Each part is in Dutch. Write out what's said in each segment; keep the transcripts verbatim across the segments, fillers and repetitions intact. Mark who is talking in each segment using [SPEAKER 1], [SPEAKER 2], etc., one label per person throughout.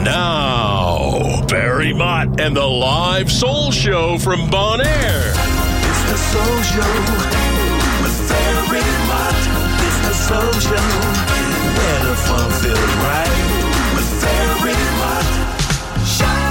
[SPEAKER 1] Now, Barry Mott and the Live Soul Show from Bonaire.
[SPEAKER 2] It's the Soul Show with Barry Mott. It's the Soul Show where the fun feels right with Barry Mott. Shine.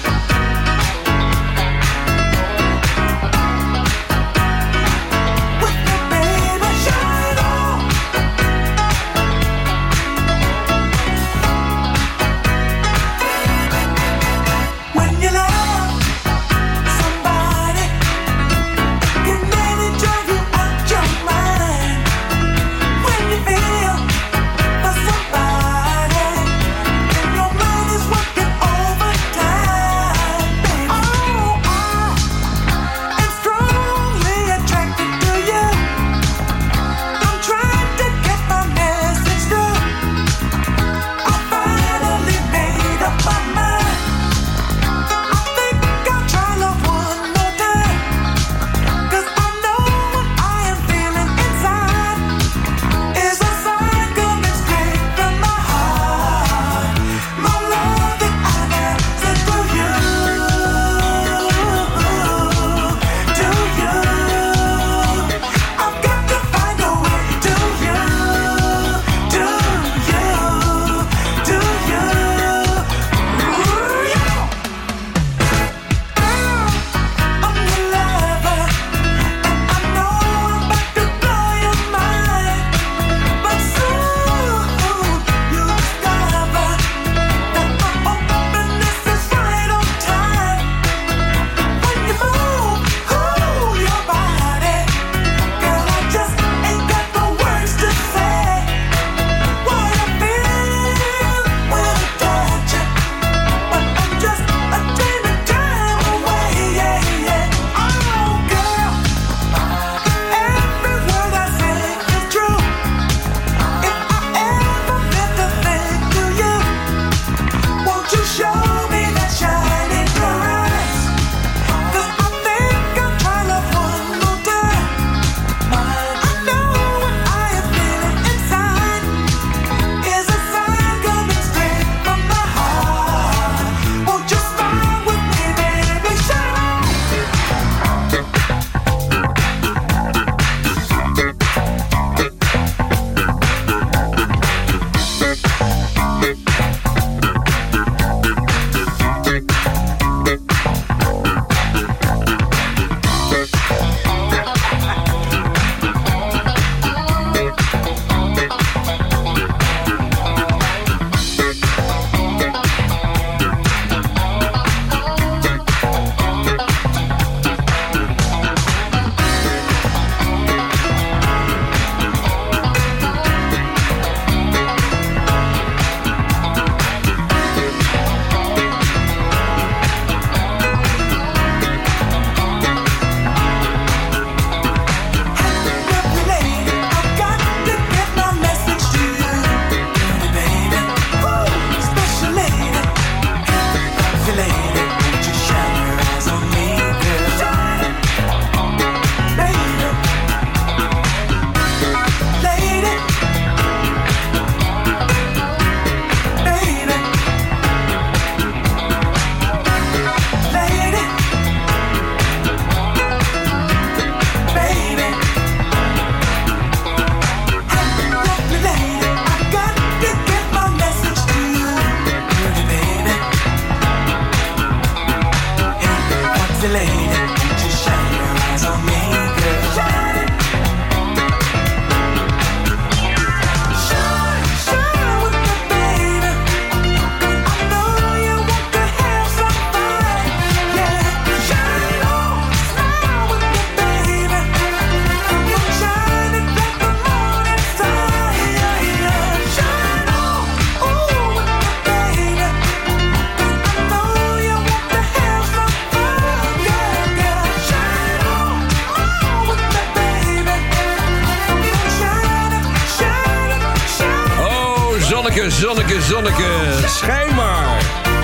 [SPEAKER 3] Zonneke, zonneke, zonneke, schijn maar.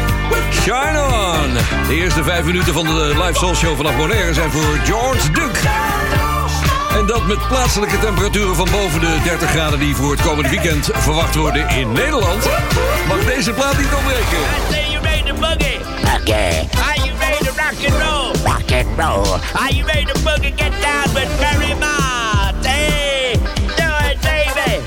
[SPEAKER 3] Shine on. De eerste vijf minuten van de Live Soul Show vanaf Bonaire zijn voor George Duke. En dat met plaatselijke temperaturen van boven de dertig graden... die voor het komende weekend verwacht worden in Nederland... mag deze plaat niet ontbreken.
[SPEAKER 4] I say you ready to boogie.
[SPEAKER 5] Okay.
[SPEAKER 4] Are you ready to rock and roll?
[SPEAKER 5] Rock and roll.
[SPEAKER 4] Are you ready to boogie? Get down with Barry Mott. Hey, do it, baby.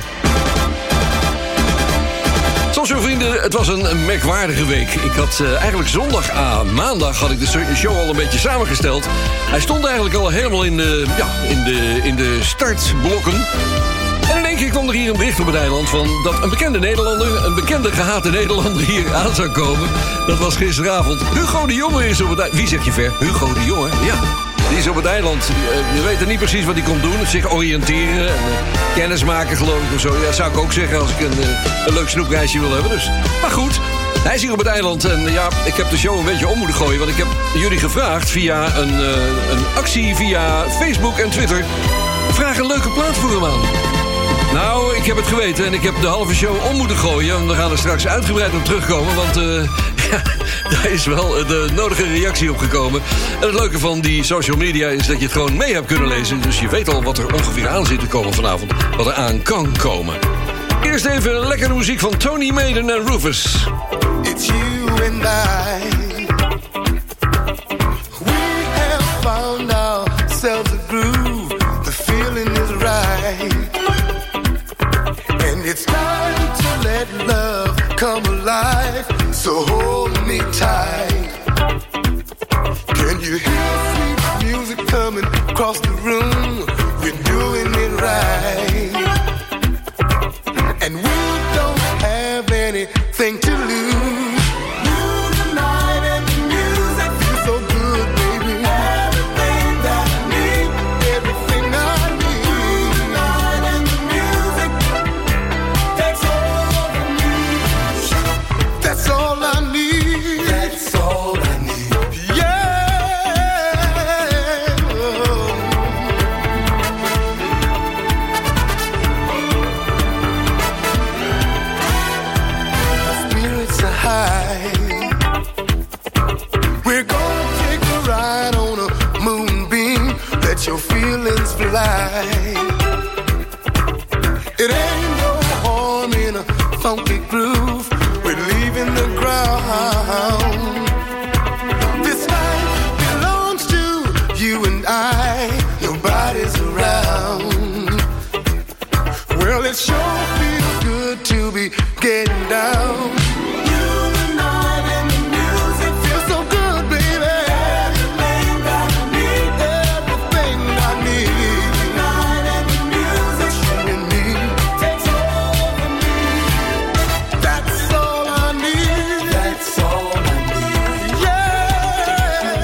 [SPEAKER 3] Soulshow vrienden, het was een merkwaardige week. Ik had uh, eigenlijk zondag aan maandag had ik de show al een beetje samengesteld. Hij stond eigenlijk al helemaal in de, ja, in de, in de startblokken. En in één keer kwam er hier een bericht op het eiland van dat een bekende Nederlander, een bekende gehate Nederlander hier aan zou komen. Dat was gisteravond. Hugo de Jonge is op het eiland. Wie zeg je ver? Hugo de Jonge? Ja. Die is op het eiland. Je weet er niet precies wat hij komt doen. Zich oriënteren en uh, kennis maken, geloof ik, of zo. Ja, zou ik ook zeggen als ik een, uh, een leuk snoepreisje wil hebben. Dus. Maar goed, hij is hier op het eiland. En uh, ja, ik heb de show een beetje om moeten gooien. Want ik heb jullie gevraagd via een, uh, een actie via Facebook en Twitter. Vraag een leuke plaat voor hem aan. Nou, ik heb het geweten en ik heb de halve show om moeten gooien. En we gaan er straks uitgebreid op terugkomen, want uh, ja, daar is wel de nodige reactie op gekomen. En het leuke van die social media is dat je het gewoon mee hebt kunnen lezen. Dus je weet al wat er ongeveer aan zit te komen vanavond, wat er aan kan komen. Eerst even lekkere muziek van Tony Maiden en Rufus.
[SPEAKER 6] It's you and I. We have found ourselves a groove. The feeling is right. And it's time to let love come alive. So hold me tight. Can you hear sweet music coming across the room? We're doing it right. And we don't have anything to lose. You tonight and the music feels so good, baby. Everything that I need, everything I need. You tonight and the music takes over me. That's all I need. That's all I need. Yeah. Spirits are high. We're gonna take a ride on a moonbeam. Let your feelings fly. It ain't no harm in a funky groove. We're leaving the ground. This night belongs to you and I. Nobody's around. Well, it sure feels good to be getting down. You and I and the music feels so good, baby. Everything that I need, everything I need. Tonight and the music, you and me takes over me. That's all I need. That's all I need. Yeah.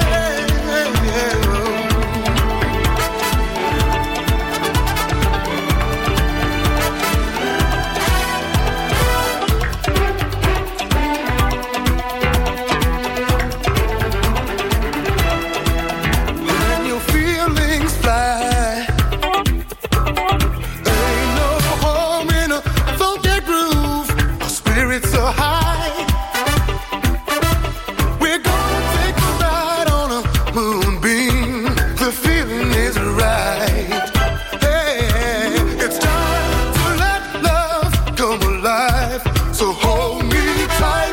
[SPEAKER 6] When your feelings fly, ain't no harm in a funky groove. Our spirits are high. We're gonna take a ride on a moonbeam. The feeling is right. Hey, it's time to let love come alive. So hold me tight.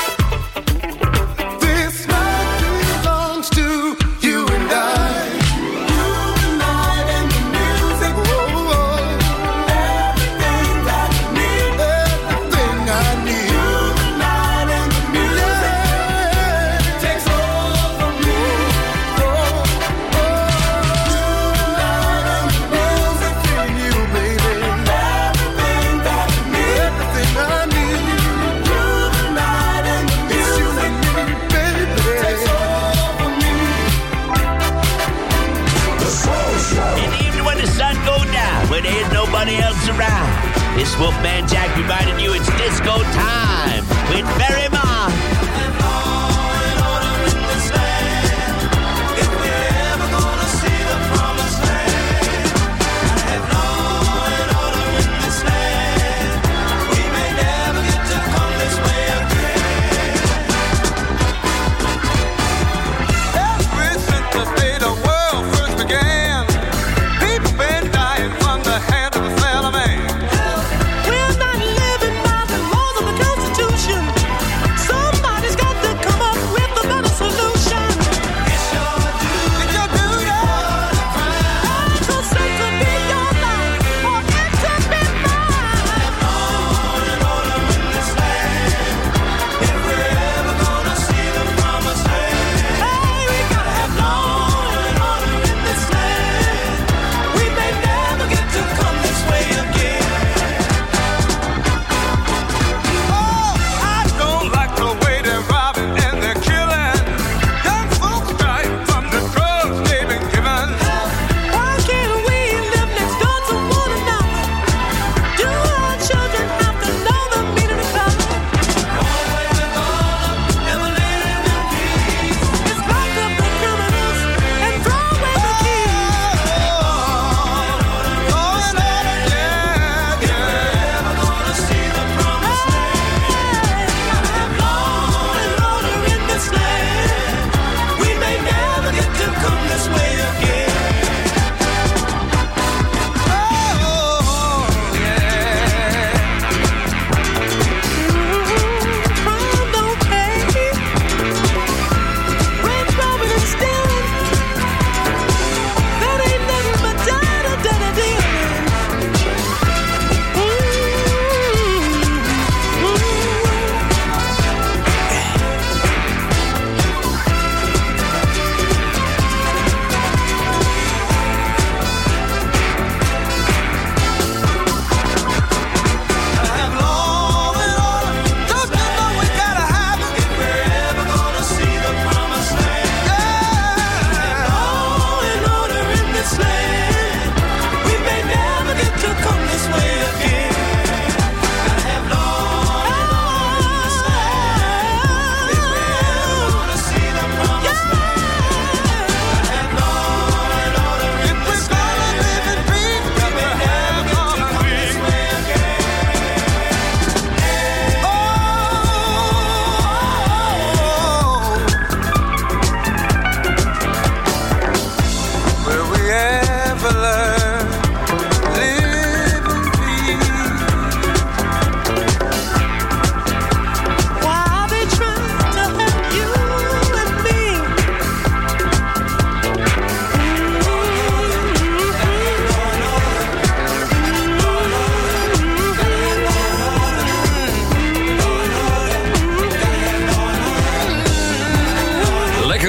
[SPEAKER 6] This night belongs to you and I. You and I and the music. Oh, oh. Everything that I need. Everything I need. You and I and the music takes over me. Oh, oh. You and I and the music in you, baby. Everything that I need. Everything I need. You and I and the music takes over me.
[SPEAKER 4] In the evening when the sun goes down, when there's nobody else around, this Wolfman Jack reminding you it's disco time with Barry Mott.
[SPEAKER 6] Ever since the day the world first began, people been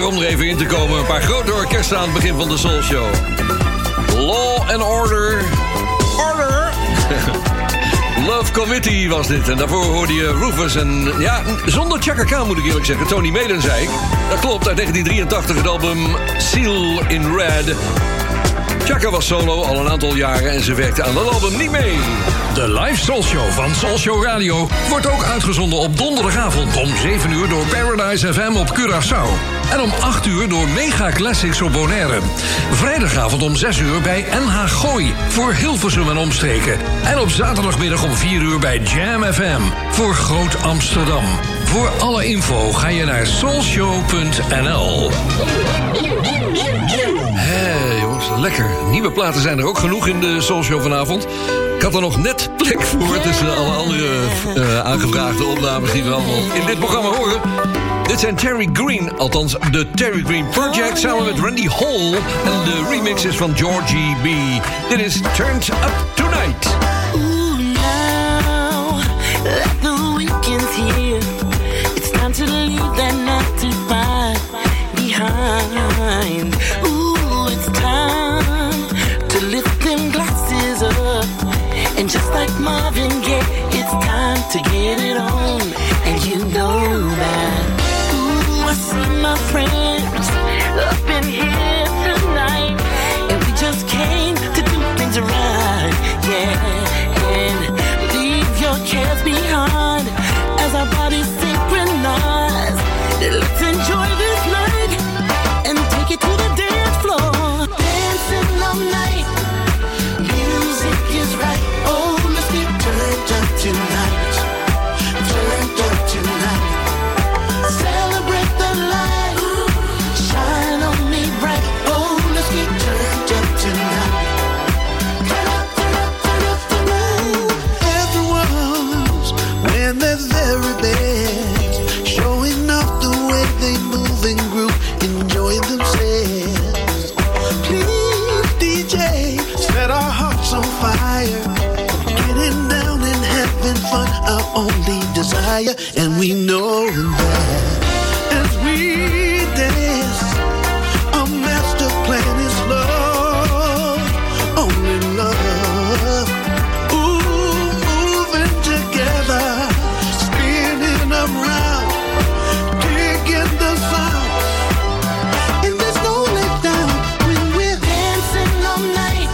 [SPEAKER 3] lekker om er even in te komen. Een paar grote orkesten aan het begin van de Soul Show. Law and Order. Order! Love Committee was dit. En daarvoor hoorde je Rufus en... Ja, zonder Chaka Khan moet ik eerlijk zeggen. Tony Maiden zei ik. Dat klopt, uit negentien drieëntachtig het album Seal in Red. Chaka was solo al een aantal jaren en ze werkte aan dat album niet mee.
[SPEAKER 5] De live Soul Show van Soul Show Radio wordt ook uitgezonden op donderdagavond om zeven uur door Paradise F M op Curaçao. En om acht uur door Mega Classics op Bonaire. Vrijdagavond om zes uur bij N H Gooi voor Hilversum en omstreken. En op zaterdagmiddag om vier uur bij Jam F M voor Groot Amsterdam. Voor alle info ga je naar soulshow punt n l.
[SPEAKER 3] Hé, jongens, lekker. Nieuwe platen zijn er ook genoeg in de Soul Show vanavond. Ik had er nog net plek voor tussen alle andere uh, aangevraagde opnames die we allemaal in dit programma horen. Dit zijn Terry Green, althans de Terry Green Project, samen met Randy Hall. En de remix is van Georgie B. Dit is Turned Up Tonight.
[SPEAKER 7] Ooh, now that the weekend's here, it's time to leave that nine to five behind. Ooh, it's time to lift them glasses up. And just like Marvin Gaye, it's time to get it on. And you know that. Ooh, I see my friends up in here tonight. And we just came to do things right. Yeah, and leave your cares behind as our bodies synchronize. Let's enjoy this night and take it to the dance floor. Dancing all night. Music is right. Oh, let's get turned up tonight. Turned up tonight. Celebrate the light. Shine on me bright. Oh, let's get turned up tonight. Turn up, turn up, turn up the night.
[SPEAKER 2] Everyone's when they're very best, showing off the way they move and groove, enjoy themselves. Please, D J, set our hearts on fire. Getting down and having fun, our only desire. And we know that as we dance, our master plan is love, only love. Ooh, moving together, spinning around, digging the sound. And there's no let down when we're
[SPEAKER 7] Dancing all night.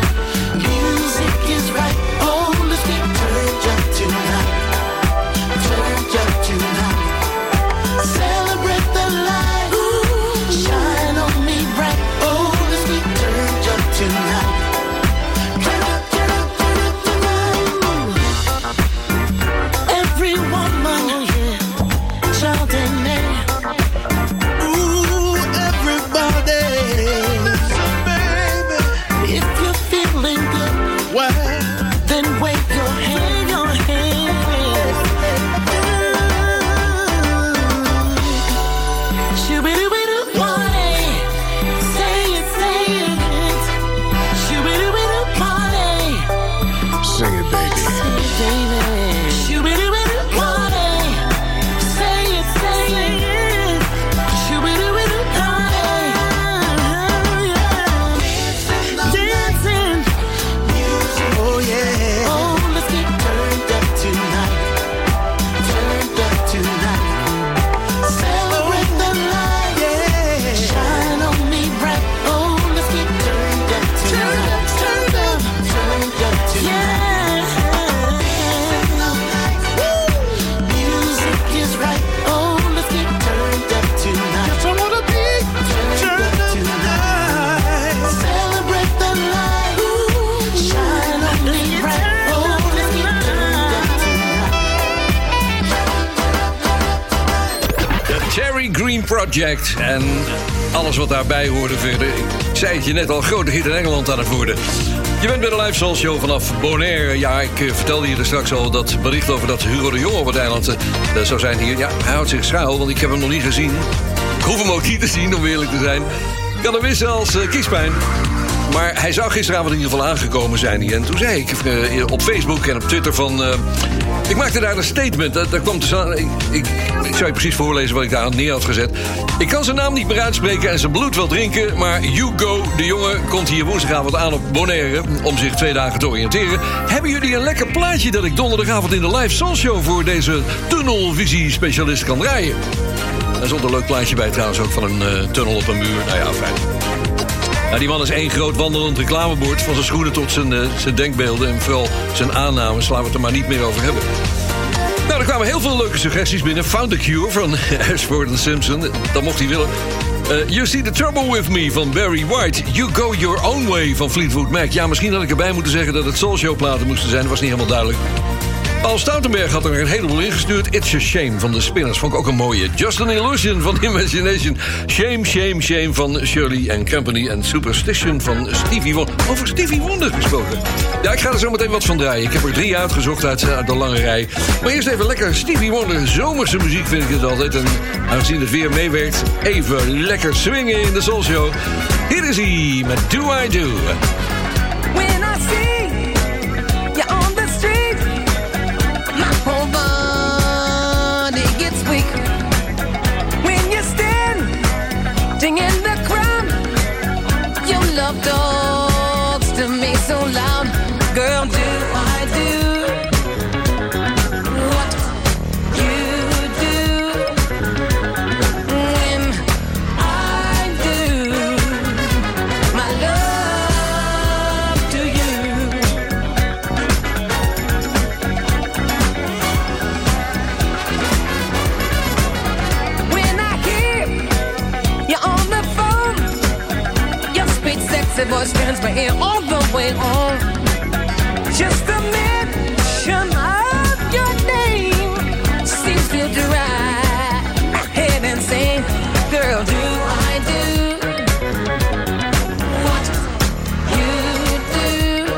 [SPEAKER 7] Music is right. Oh, let's get turned up tonight. Turned up tonight. Celebrate the light. Shine on me bright. Oh, let's get turned up tonight. Turn up, turn up, turn up the night. Every woman, oh yeah, child and man.
[SPEAKER 2] ooh, everybody, baby.
[SPEAKER 7] If you're feeling good,
[SPEAKER 2] Why?
[SPEAKER 7] then wave your hand, your hand. Shoo-be-doo-be-doo, party. Say it, say it. Shoo-be-doo-be-doo, party.
[SPEAKER 2] Sing it, baby.
[SPEAKER 7] Say it, baby. Shoo-be-doo-be-doo, party. Say it, say it. Shoo-be-doo-be-doo, party. Dancing.
[SPEAKER 2] Oh yeah.
[SPEAKER 7] Oh, let's get turned up tonight. Turned up tonight. Celebrate the light.
[SPEAKER 2] Yeah.
[SPEAKER 7] Shine on me bright. Oh, let's get turned up tonight. Turned up, turned up tonight. Yeah. Music is right. Oh, let's get turned up tonight.
[SPEAKER 2] I wanna be
[SPEAKER 7] Turned up tonight. Celebrate the light. Shine on me bright. Oh, let's get turned up tonight.
[SPEAKER 3] De Terry Green Project en alles wat daarbij hoorde verder. Ik zei het je net al, grote hit in Engeland aan het worden. Je bent bij de Live Soul Show vanaf Bonaire. Ja, ik uh, vertelde je er straks al dat bericht over dat Hugo de Jong op het eiland uh, zou zijn hier. Ja, hij houdt zich schuil, want ik heb hem nog niet gezien. Ik hoef hem ook niet te zien, om eerlijk te zijn. Ik kan hem missen als uh, kiespijn. Maar hij zou gisteravond in ieder geval aangekomen zijn. En toen zei ik uh, op Facebook en op Twitter van... Uh, ik maakte daar een statement. Daar, daar kwam te, ik, ik, ik zou je precies voorlezen wat ik daar neer had gezet. Ik kan zijn naam niet meer uitspreken en zijn bloed wel drinken... maar Hugo, de jongen, komt hier woensdagavond aan op Bonaire... om zich twee dagen te oriënteren. Hebben jullie een lekker plaatje dat ik donderdagavond in de live Soulshow... voor deze tunnelvisie-specialist kan draaien? Daar stond een leuk plaatje bij trouwens ook van een uh, tunnel op een muur. Nou ja, fijn. Nou, die man is één groot wandelend reclamebord... van zijn schoenen tot zijn, uh, zijn denkbeelden... en vooral zijn aannames. Laten we het er maar niet meer over hebben. Nou, er kwamen heel veel leuke suggesties binnen. Found the Cure van Ashford en Simpson. Dat mocht hij willen. Uh, You See the Trouble With Me van Barry White. You Go Your Own Way van Fleetwood Mac. Ja, misschien had ik erbij moeten zeggen dat het Soulshow-platen moesten zijn. Dat was niet helemaal duidelijk. Paul Stoutenberg had er een heleboel ingestuurd. It's a Shame van de Spinners. Vond ik ook een mooie. Just an Illusion van Imagination. Shame, Shame, Shame van Shirley and Company. En Superstition van Stevie Wonder. Over Stevie Wonder gesproken. Ja, ik ga er zo meteen wat van draaien. Ik heb er drie uitgezocht uit, uit de lange rij. Maar eerst even lekker Stevie Wonder. Zomerse muziek vind ik het altijd. En aangezien het weer meewerkt, even lekker swingen in de Soulshow. Hier is hij met Do I Do.
[SPEAKER 8] When I see you on the street, my whole body gets weak. When you stand in the crowd, your love talks to me so loud. Girl, do I do what you do when I do my love to you? When I hear you on the phone, your sweet sexy voice turns my ear all the way on. Just the mention of your name seems to drive my head insane. Girl, do I do what you do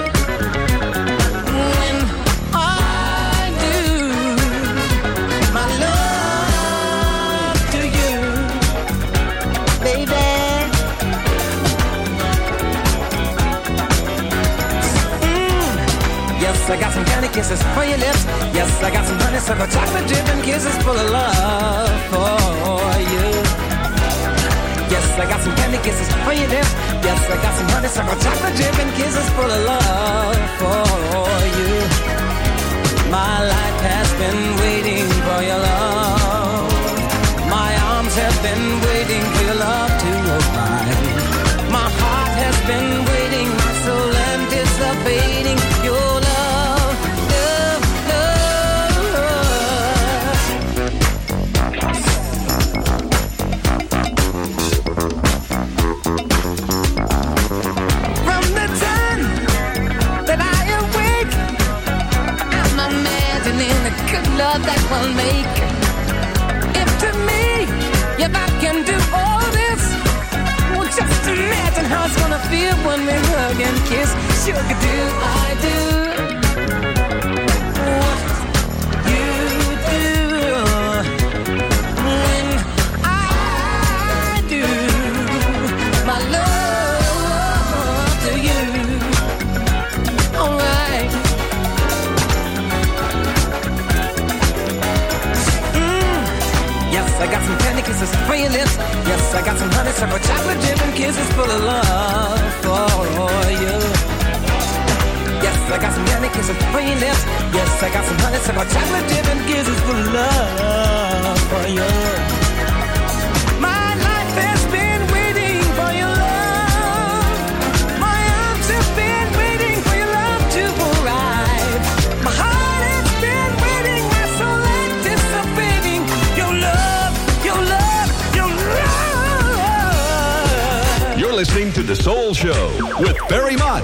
[SPEAKER 8] when I do my love to you, baby? Yes, I got some candy kisses for your lips. Yes, I got some honeysuckle chocolate dripping kisses full of love for you. Yes, I got some candy kisses for your lips. Yes, I got some honeysuckle chocolate dripping kisses full of love for you. My life has been waiting for your love. My arms have been waiting for your love to arrive. My heart has been waiting, my soul anticipating your love. Love that will make. If to me, if I can do all this, well, just imagine how it's gonna feel when we hug and kiss. Sugar, do I do what you do when I do my love to you? All right. I got some candy kisses for your lips. Yes, I got some honeysuckle chocolate dripping kisses full of love for you. Yes, I got some candy kisses for your lips. Yes, I got some honeysuckle chocolate dripping kisses full of love for you. My life has been waiting for your love. My arms have been waiting for your love to arrive. My heart has been waiting, my soul anticipating your love.
[SPEAKER 9] You're listening to The Soul Show with Barry Mott.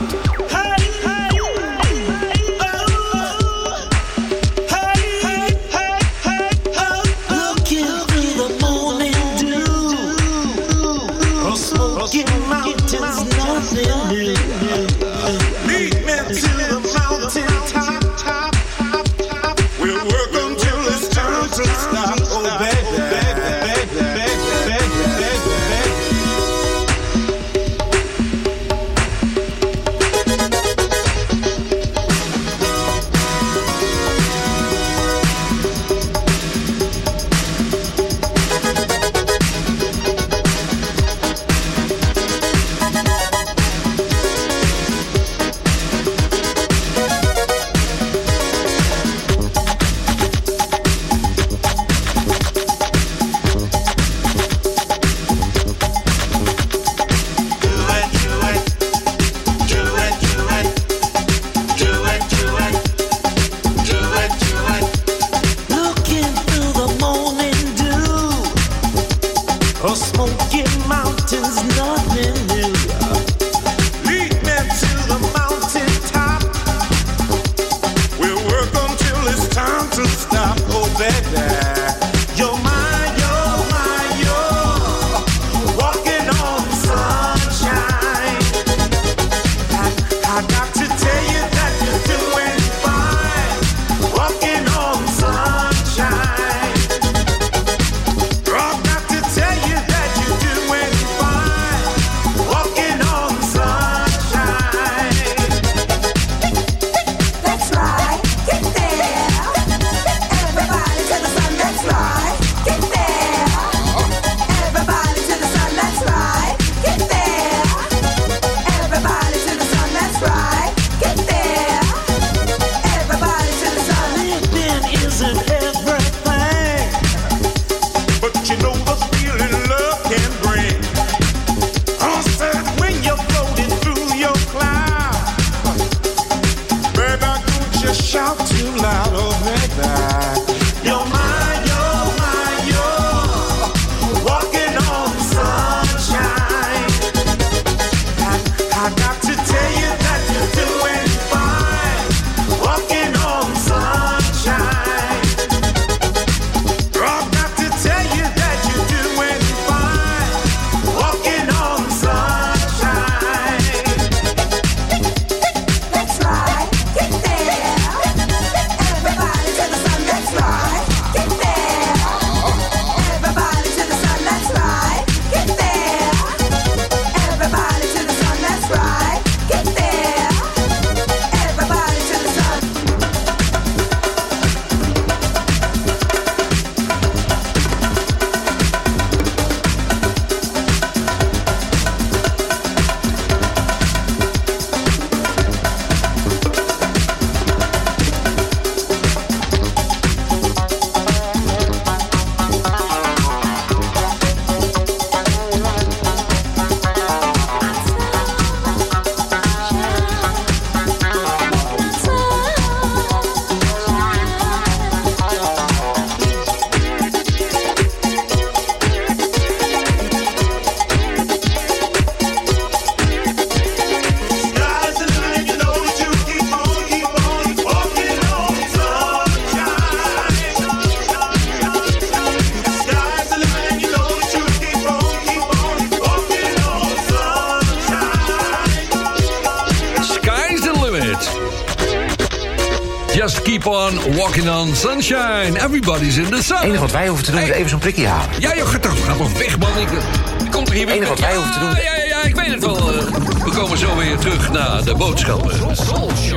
[SPEAKER 3] Keep on walking on sunshine. Everybody's in the sun.
[SPEAKER 10] Het enige wat wij hoeven te doen is even zo'n prikje halen.
[SPEAKER 3] Ja, joh, ga toch, ga toch weg, man. Ik, ik kom er hier weer.
[SPEAKER 10] Het enige wat wij
[SPEAKER 3] ja,
[SPEAKER 10] hoeven te doen.
[SPEAKER 3] Ja, ja, ja, ik weet het wel. Uh, we komen zo weer terug naar de boodschappen. Soul Show.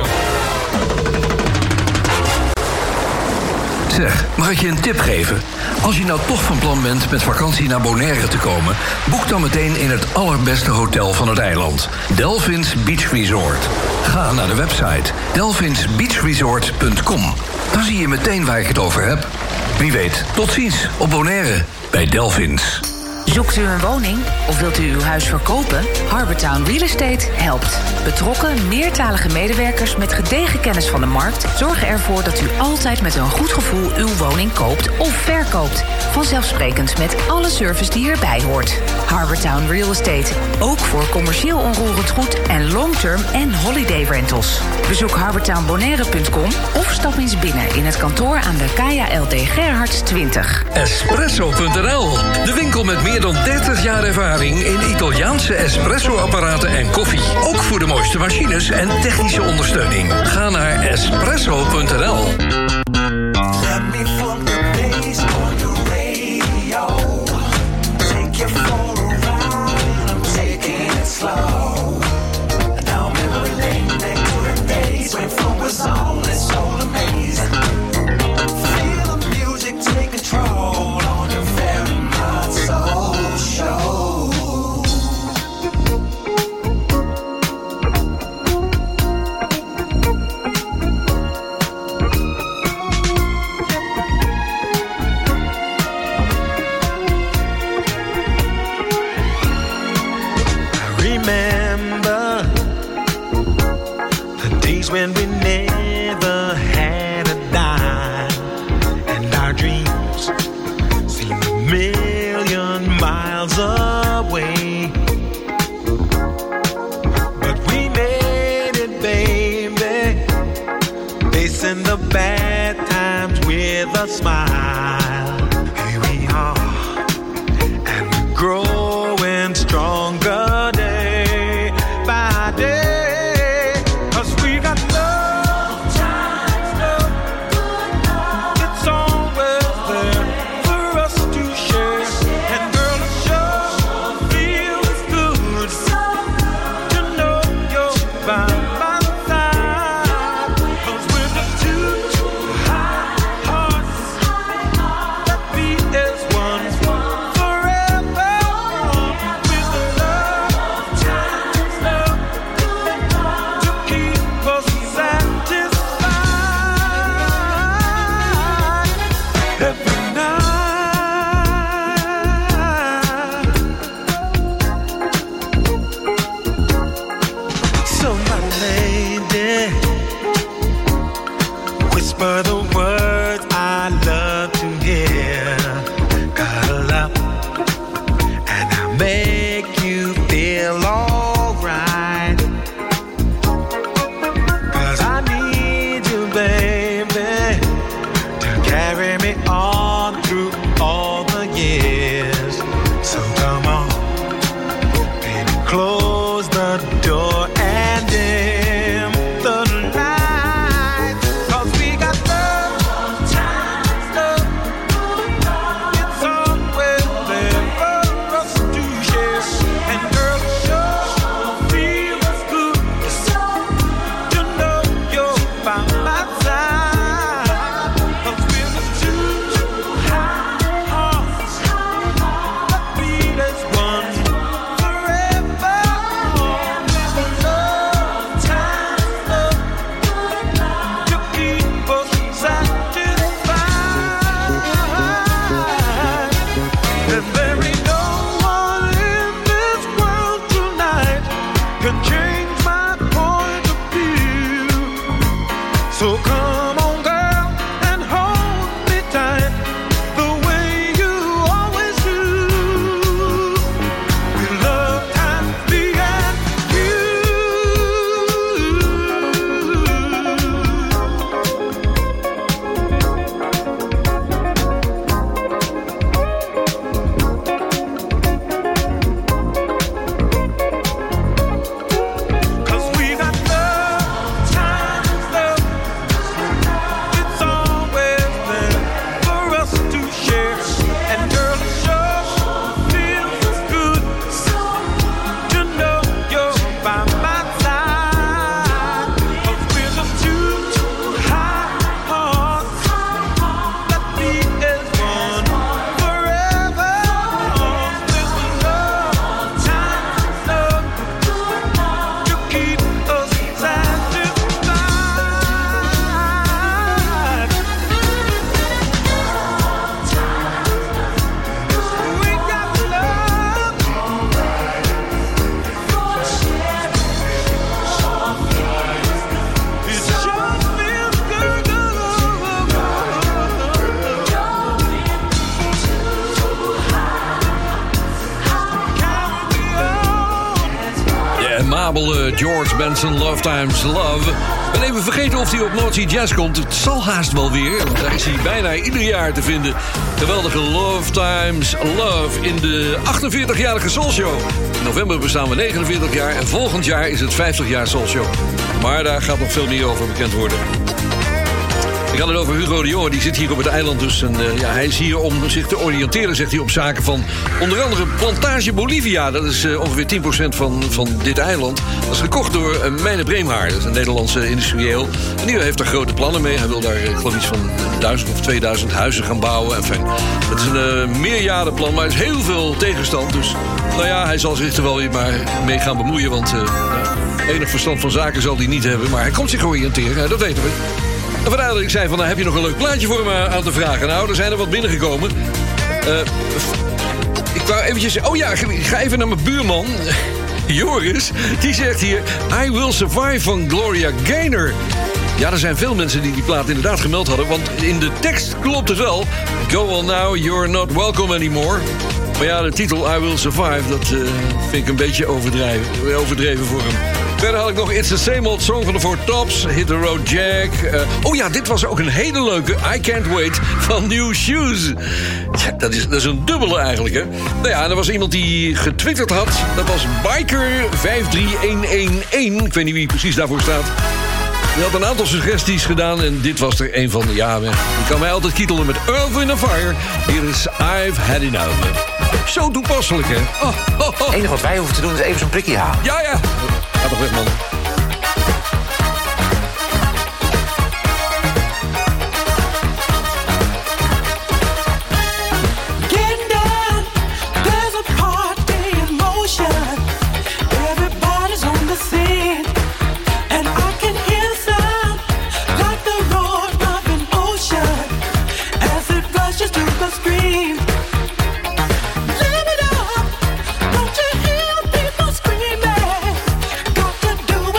[SPEAKER 5] Zeg, mag ik je een tip geven? Als je nou toch van plan bent met vakantie naar Bonaire te komen, boek dan meteen in het allerbeste hotel van het eiland. Delphins Beach Resort. Ga naar de website delphins beach resort punt com. Dan zie je meteen waar ik het over heb. Wie weet, tot ziens op Bonaire bij Delphins.
[SPEAKER 11] Zoekt u een woning of wilt u uw huis verkopen? Harbortown Real Estate helpt. Betrokken, meertalige medewerkers met gedegen kennis van de markt zorgen ervoor dat u altijd met een goed gevoel uw woning koopt of verkoopt. Vanzelfsprekend met alle service die erbij hoort. Harbortown Real Estate. Ook voor commercieel onroerend goed en long-term en holiday rentals. Bezoek harbortown bonaire punt com of stap eens binnen in het kantoor aan de K J L D Gerhards twintig.
[SPEAKER 5] Espresso punt n l. De winkel met meer dan dertig jaar ervaring in Italiaanse espresso-apparaten en koffie. Ook voor de mooiste machines en technische ondersteuning. Ga naar espresso punt n l.
[SPEAKER 2] When we never had a dime and our dreams seemed a million miles away, but we made it, baby, facing the bad times with a smile. Here we are, and we're growing stronger day by day.
[SPEAKER 3] memorabele George Benson, Love Times Love. Ik ben even vergeten of hij op North Sea Jazz komt. Het zal haast wel weer, want daar is hij bijna ieder jaar te vinden. Geweldige Love Times Love in de achtenveertigjarige Soul Show. In november bestaan we negenenveertig jaar en volgend jaar is het vijftig jaar Soul Show. Maar daar gaat nog veel meer over bekend worden. Ik had het over Hugo de Jonge, die zit hier op het eiland dus. En uh, ja, hij is hier om zich te oriënteren, zegt hij, op zaken van onder andere Plantage Bolivia. Dat is uh, ongeveer tien procent van, van dit eiland. Dat is gekocht door uh, Meine Breemhaar, dat is een Nederlandse industrieel. En die heeft daar grote plannen mee. Hij wil daar, ik geloof iets van duizend of tweeduizend huizen gaan bouwen. Enfin, het is een uh, meerjarenplan, maar er is heel veel tegenstand. Dus nou ja, hij zal zich er wel weer maar mee gaan bemoeien, want uh, ja, enig verstand van zaken zal hij niet hebben. Maar hij komt zich oriënteren, dat weten we. En vandaar dat ik zei van, nou, heb je nog een leuk plaatje voor me aan te vragen? Nou, er zijn er wat binnengekomen. Uh, ik wou eventjes... Oh ja, ik ga even naar mijn buurman. Joris, die zegt hier... I Will Survive van Gloria Gaynor. Ja, er zijn veel mensen die die plaat inderdaad gemeld hadden. Want in de tekst klopt het wel. Go on now, you're not welcome anymore. Maar ja, de titel I Will Survive, dat uh, vind ik een beetje overdreven, overdreven voor hem. Verder had ik nog It's the Same Old Song van de Four Tops, Hit the Road Jack. Uh, oh ja, dit was ook een hele leuke, I Can't Wait van New Shoes. Ja, dat is, dat is een dubbele eigenlijk, hè. Nou ja, er was iemand die getwitterd had. Dat was Biker vijf drie een een een. Ik weet niet wie precies daarvoor staat. Die had een aantal suggesties gedaan en dit was er een van de... Ja, je kan mij altijd kietelen met Earth in a Fire. Hier is I've Had Enough. Zo toepasselijk, hè? Oh, oh, oh.
[SPEAKER 10] Het enige wat wij hoeven te doen is even zo'n prikje halen.
[SPEAKER 3] Ja, ja. Ga toch weg, man.
[SPEAKER 12] Don't you hear people screaming? Got to do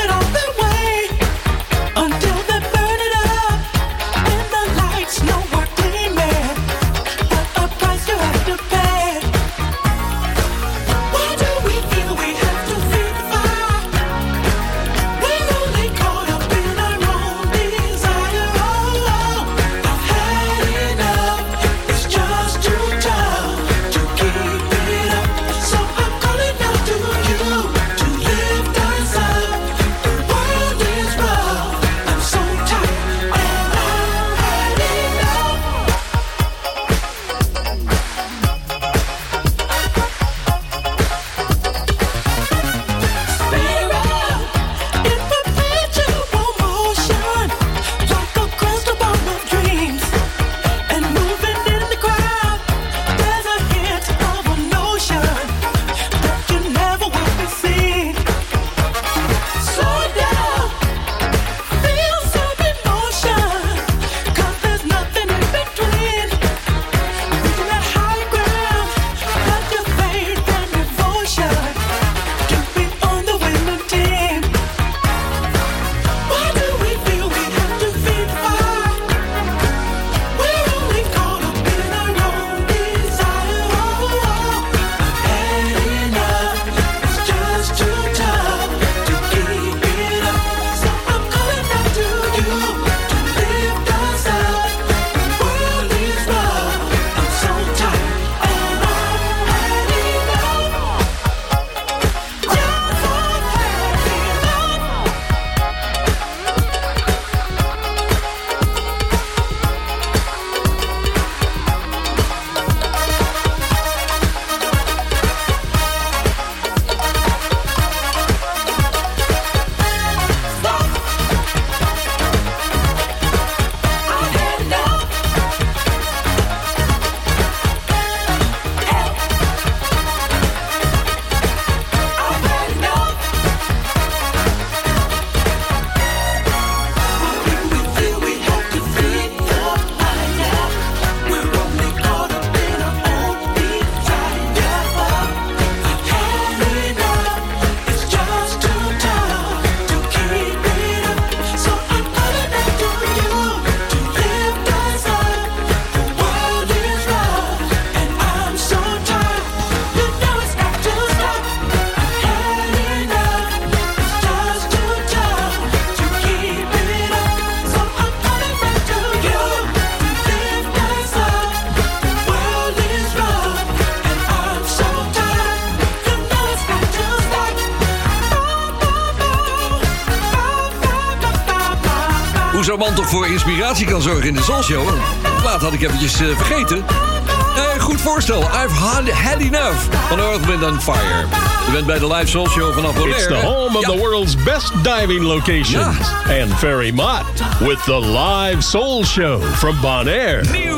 [SPEAKER 3] zo'n man toch voor inspiratie kan zorgen in de Soul Show. Laat had ik eventjes uh, vergeten. Uh, goed voorstel. I've had, had enough van Earth, Wind and Fire. Je bent bij de live Soul Show vanaf Bonaire.
[SPEAKER 1] It's the home of ja. the world's best diving locations. Ja. And Ferry Mott with the live Soul Show from Bonaire.
[SPEAKER 3] Nieuw.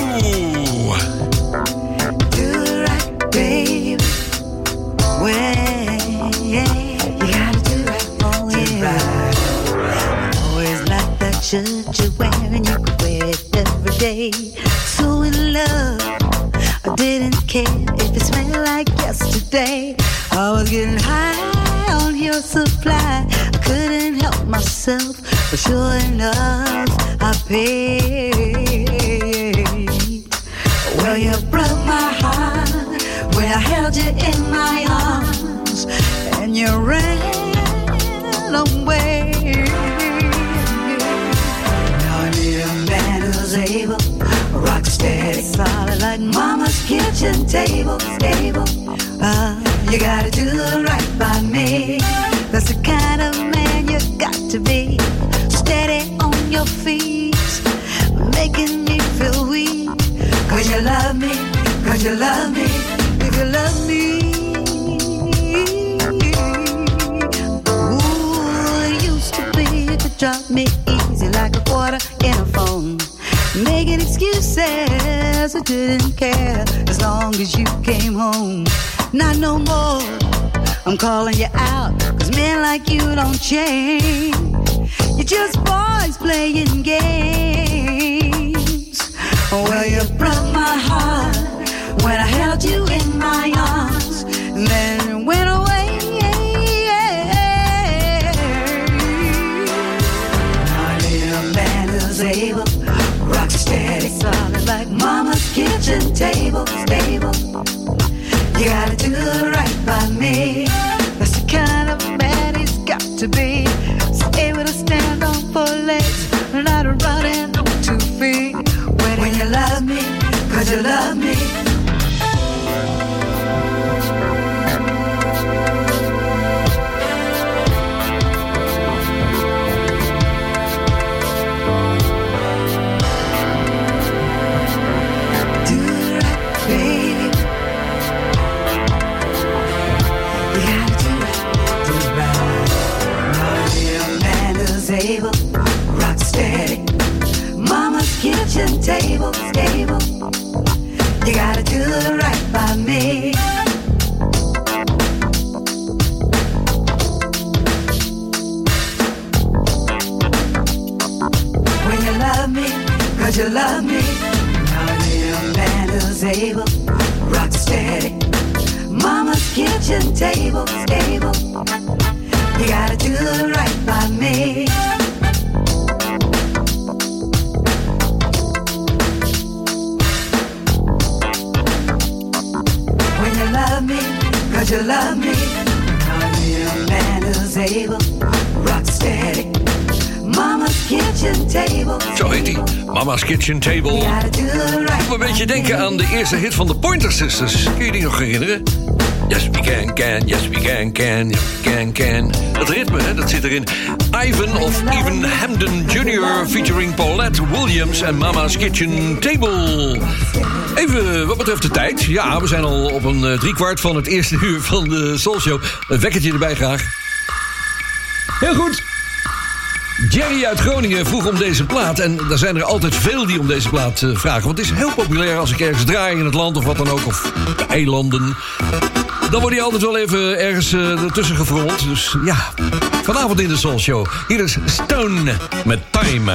[SPEAKER 12] Do right, babe. Well, yeah. You gotta do right, oh yeah. Always like that shirt you're wearing, you could wear it every day. So in love, I didn't care if it smelled like yesterday. I was getting high on your supply. I couldn't help myself, but sure enough, I paid. Well, you broke my heart when I held you in my arms, and you ran away. Now I need a man who's able, rock steady, solid like mama's kitchen table, stable. Uh, you gotta do right by me. That's the kind of man you got to be. Steady on your feet, making me feel weak. Cause you love me, cause you love me, if you love me. Ooh, it used to be you could drop me easy like a quarter in a phone. Making excuses, I didn't care as long as you came home. Not no more, I'm calling you out, cause men like you don't change. You're just boys playing games. Well, you broke my heart when I held you in my arms, and then went away. I need a man who's able, rock steady, solid like mama's kitchen table, stable. You gotta do right by me. That's the kind of man he's got to be. So able to stand on four legs, not running on two feet. When, when you love me, cause you love me. Table, rock steady, mama's kitchen table, stable. You gotta do right by me. When you love me, cause you love me. I need a man who's able, rock steady, mama's kitchen table, stable. You gotta do right by me. When you love me, cause you love me. I need a man who's able, rock steady, mama's kitchen table.
[SPEAKER 3] Zo heet hij, Mama's Kitchen Table.
[SPEAKER 12] You gotta do right.
[SPEAKER 3] Doe een beetje denken aan de eerste hit van de Pointer Sisters. Kun je die nog herinneren? Yes we can, can, yes we can, can, yes we can, can. Dat ritme, hè, dat zit erin. Ivan of Even Hamden junior featuring Paulette Williams en Mama's Kitchen Table. Even wat betreft de tijd. Ja, we zijn al op een uh, driekwart van het eerste uur van de Soul Show. Een wekkertje erbij graag. Heel goed. Jerry uit Groningen vroeg om deze plaat. En er zijn er altijd veel die om deze plaat uh, vragen. Want het is heel populair als ik ergens draai in het land of wat dan ook. Of de eilanden. Dan wordt hij altijd wel even ergens uh, ertussen gefrommeld. Dus ja, vanavond in de Soul Show. Hier is Stone met Time.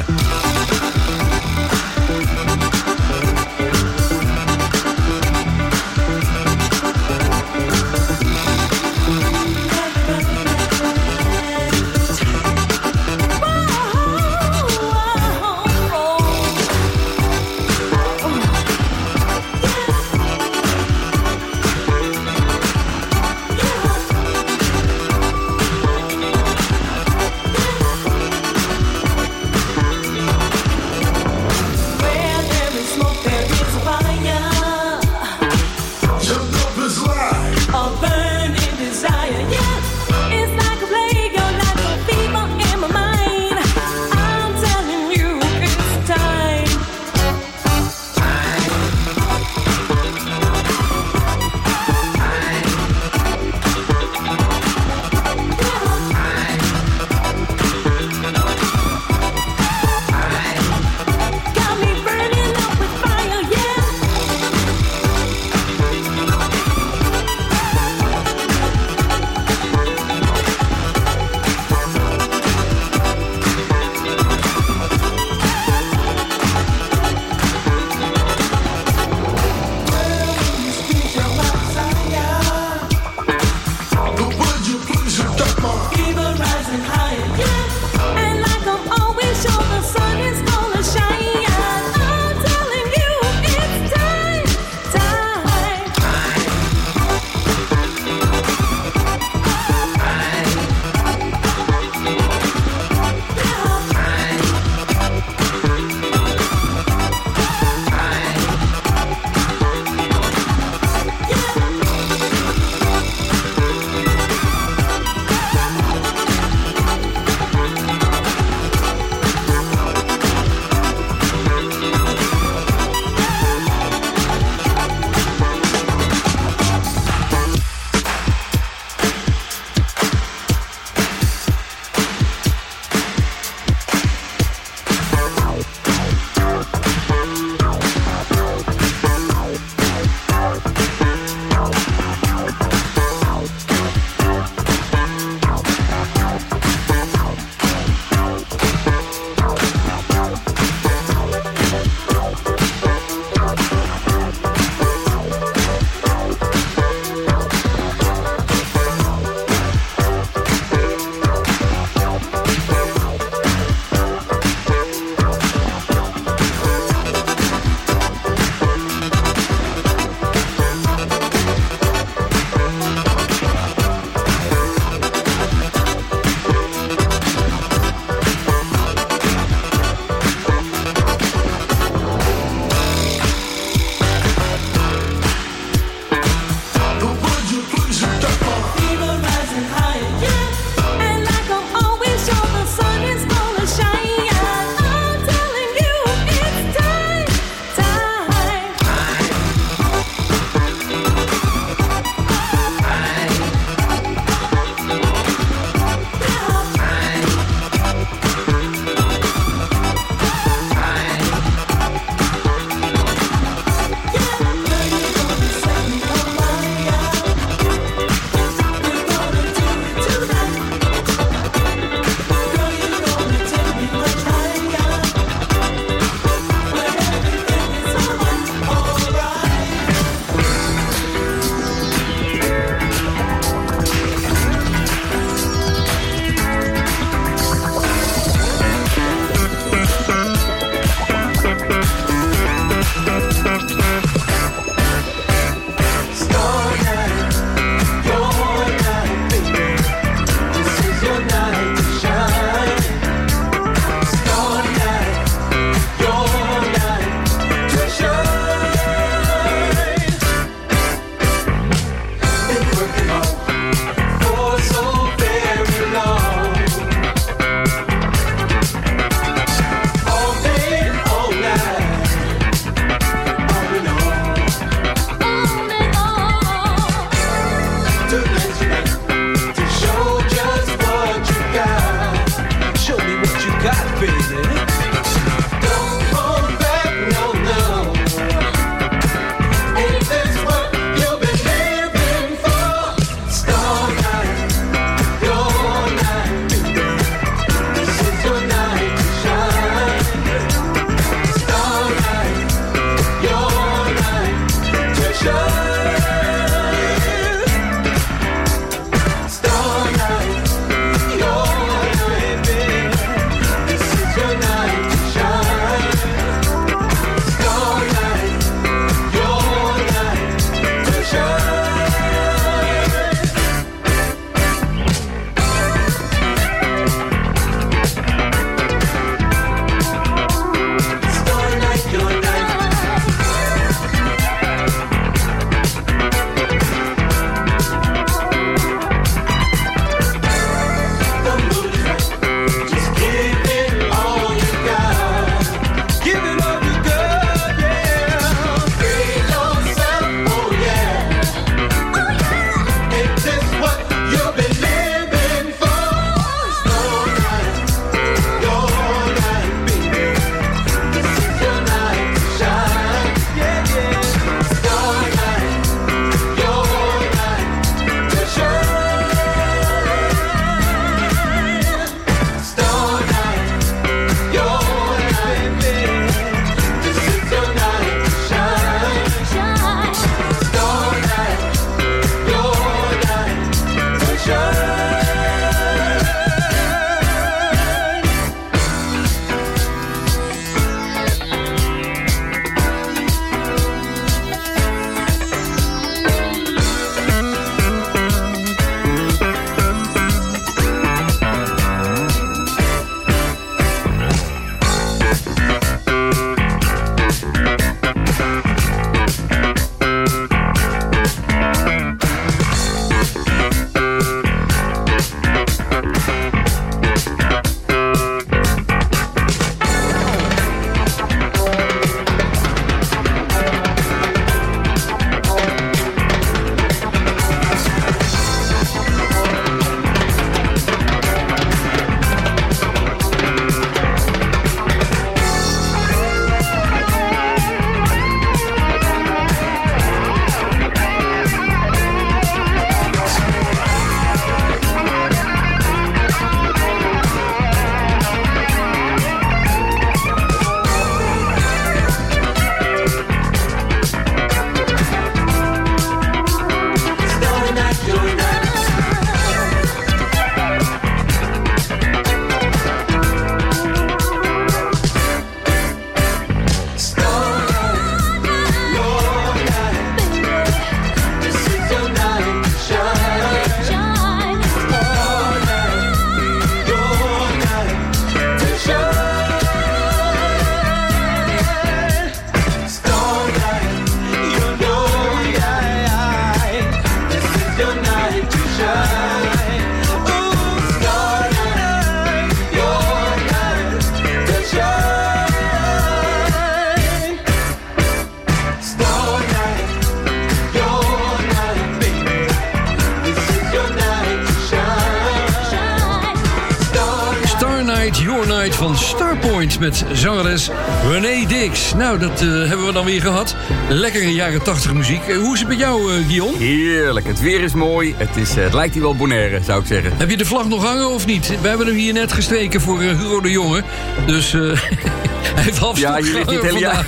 [SPEAKER 5] Van Starpoint met zangeres Renee Dix. Nou, dat uh, hebben we dan weer gehad. Lekkere jaren tachtig muziek. Uh, hoe is het met jou, uh, Guillaume?
[SPEAKER 13] Heerlijk. Het weer is mooi. Het, is, uh, het lijkt hier wel Bonaire, zou ik zeggen.
[SPEAKER 5] Heb je de vlag nog hangen of niet? We hebben hem hier net gestreken voor uh, Hugo de Jonge. Dus uh, hij heeft half
[SPEAKER 13] ja, hier ligt hij het hele jaar.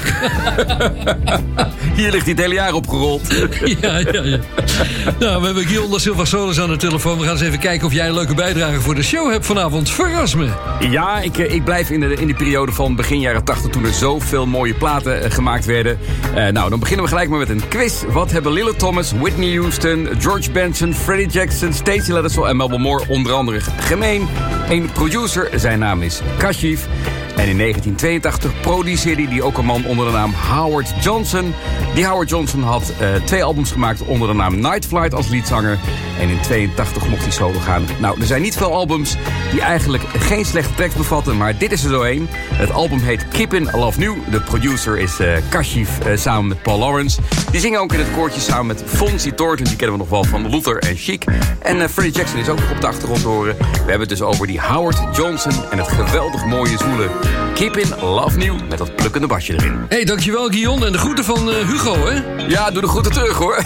[SPEAKER 13] Hier ligt hij het hele jaar opgerold.
[SPEAKER 5] ja, ja, ja. Nou, we hebben Guillaume da Silva Solis aan de telefoon. We gaan eens even kijken of jij een leuke bijdrage voor de show hebt vanavond. Verras me.
[SPEAKER 13] Ja, ik, ik blijf in de, in de periode van begin jaren tachtig... toen er zoveel mooie platen uh, gemaakt werden. Uh, nou, dan beginnen we gelijk maar met een quiz. Wat hebben Lilla Thomas, Whitney Houston, George Benson, Freddie Jackson... Stacey Lattisaw en Melba Moore onder andere gemeen? Een producer, zijn naam is Kashif. En in negentien tweeëntachtig produceerde hij ook een man onder de naam Howard Johnson. Die Howard Johnson had uh, twee albums gemaakt onder de naam Night Flight als leadzanger. En in tweeëntachtig mocht hij solo gaan. Nou, er zijn niet veel albums die eigenlijk geen slechte tracks bevatten, maar dit is er zo één. Het album heet Keepin' Love New. De producer is uh, Kashif uh, samen met Paul Lawrence. Die zingen ook in het koortje samen met Fonzie Thornton. Die kennen we nog wel van Luther en Chic. En uh, Freddie Jackson is ook nog op de achtergrond te horen. We hebben het dus over die Howard Johnson en het geweldig mooie zwoele Keepin' Love New met dat plukkende basje erin.
[SPEAKER 5] Hé, hey, dankjewel Guillaume. En de groeten van uh, Hugo, hè?
[SPEAKER 13] Ja, doe de groeten terug, hoor.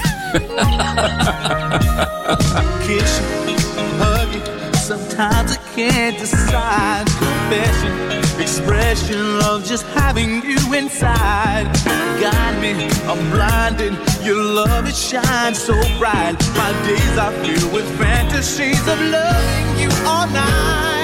[SPEAKER 2] Kiss you, hug you, sometimes I can't decide. Confession, expression of just having you inside. Guide me, I'm blinded, your love it shines so bright. My days are filled with fantasies of loving you all night.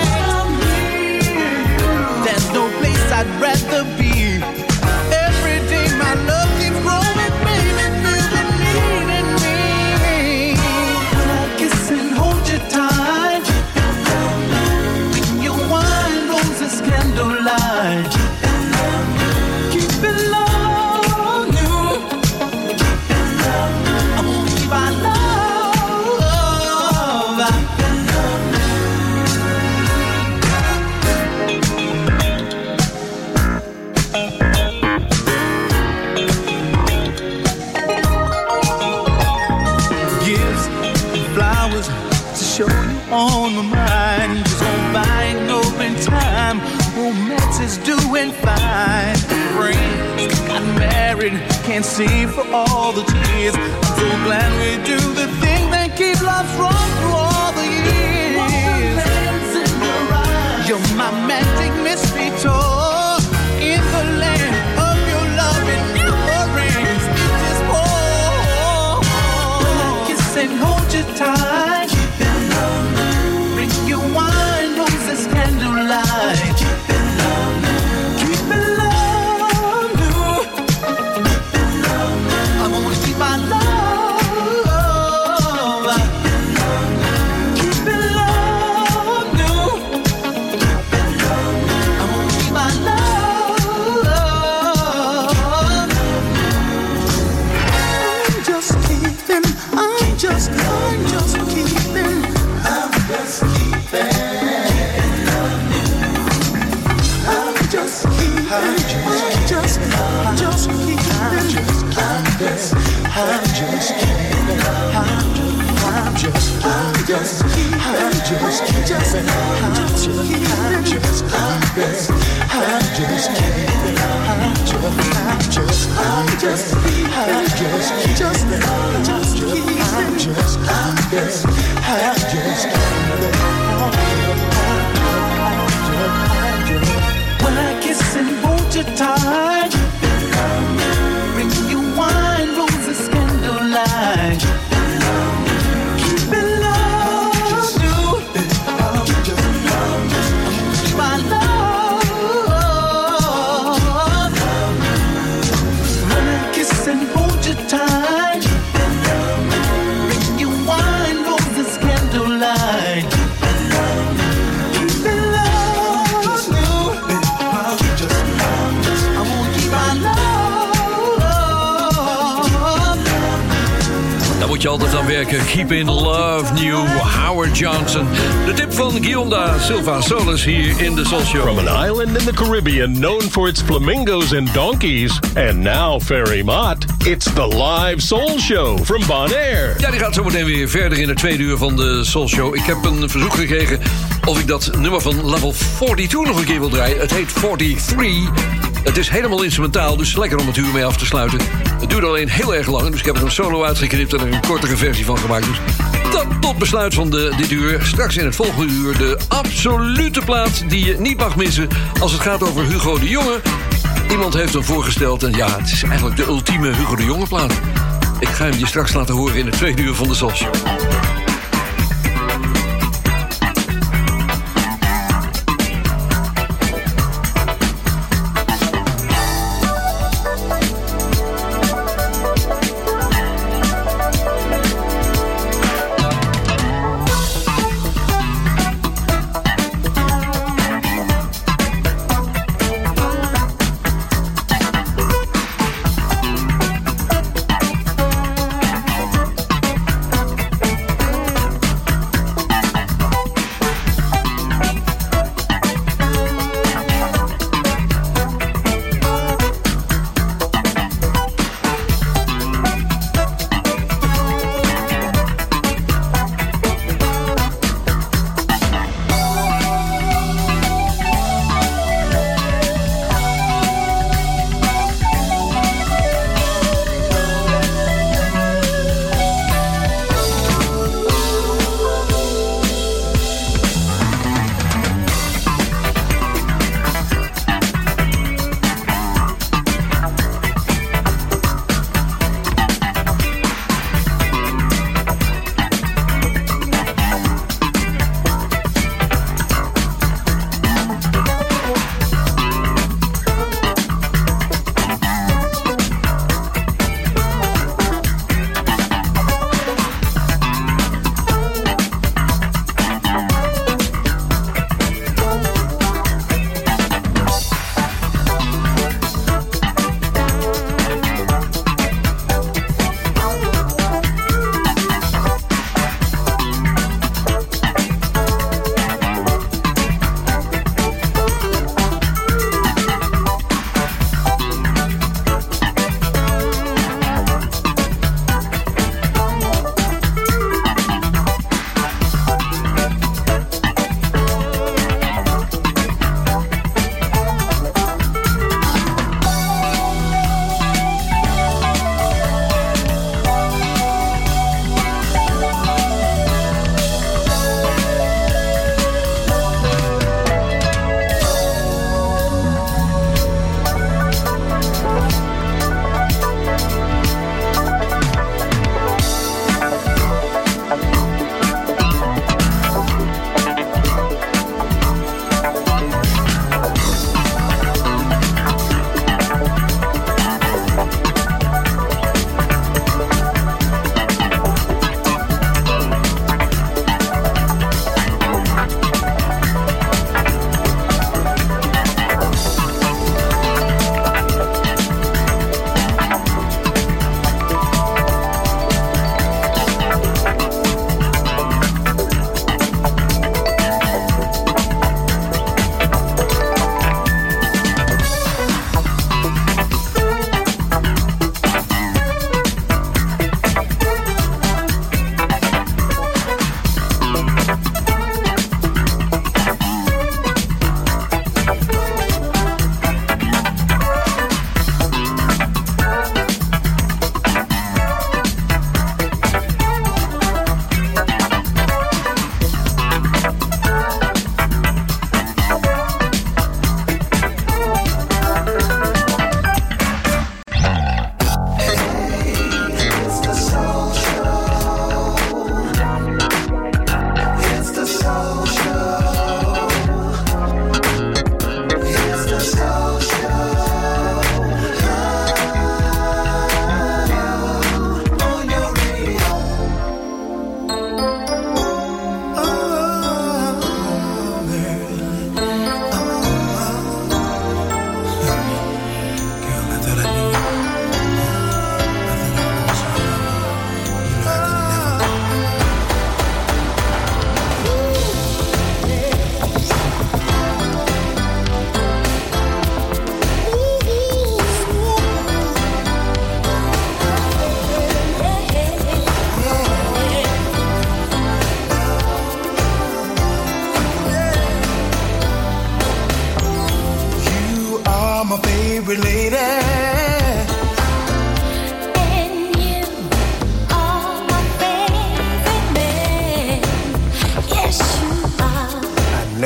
[SPEAKER 2] There's no place I'd rather be. Every day my love keeps growing, baby, feel the need in me. When I kiss and hold you tight, when your wine roses candlelight, keep it love new. I won't keep our love. Show you on my mind, just on buying open time. Romance is doing fine. Friends got married, can't see for all the tears. I'm so glad we do the thing that keeps love strong through all the years. You're my magic mystery tour in the land of your love and your rings. It is more. When I kiss and hold you tight. Wine roses candlelight. Keep it love new. Keep it love new. I'm gonna keep my love. Keep it love new. I'm gonna keep my love. I'm just keeping. I'm just. I'm just keeping. I'm just keeping. Just keep I'm just, I'm just keep I'm just, I'm just, I'm just keep I'm just, I'm just keep I'm just, I'm just, I'm just keep I'm just, I'm just, I'm just keep I'm just, I'm just, I'm just keep I'm just, just, I'm just keep I'm just, I'm just, I'm just when I kiss and hold you tight, bring you wine, roses, candlelight. Keep it love new. My love. When I kiss and hold you tight, bring you wine, roses, candlelight. Keep it love new.
[SPEAKER 3] moet je altijd aan werken. Keep in Love, New Howard Johnson. De tip van Guillaume da Silva Solis hier in de Soul Show.
[SPEAKER 1] From an island in the Caribbean known for its flamingos and donkeys. And now, Ferry Mott, it's the live Soul Show from Bonaire.
[SPEAKER 3] Ja, die gaat zo meteen weer verder in het tweede uur van de Soul Show. Ik heb een verzoek gekregen of ik dat nummer van Level tweeënveertig nog een keer wil draaien. Het heet forty-three. Het is helemaal instrumentaal, dus lekker om het uur mee af te sluiten. Het duurt alleen heel erg lang, dus ik heb er een solo uitgeknipt en er een kortere versie van gemaakt. Dus dat tot besluit van de, dit uur. Straks in het volgende uur de absolute plaat die je niet mag missen als het gaat over Hugo de Jonge. Iemand heeft hem voorgesteld en ja, het is eigenlijk de ultieme Hugo de Jonge plaat. Ik ga hem je straks laten horen in het tweede uur van de Soul Show.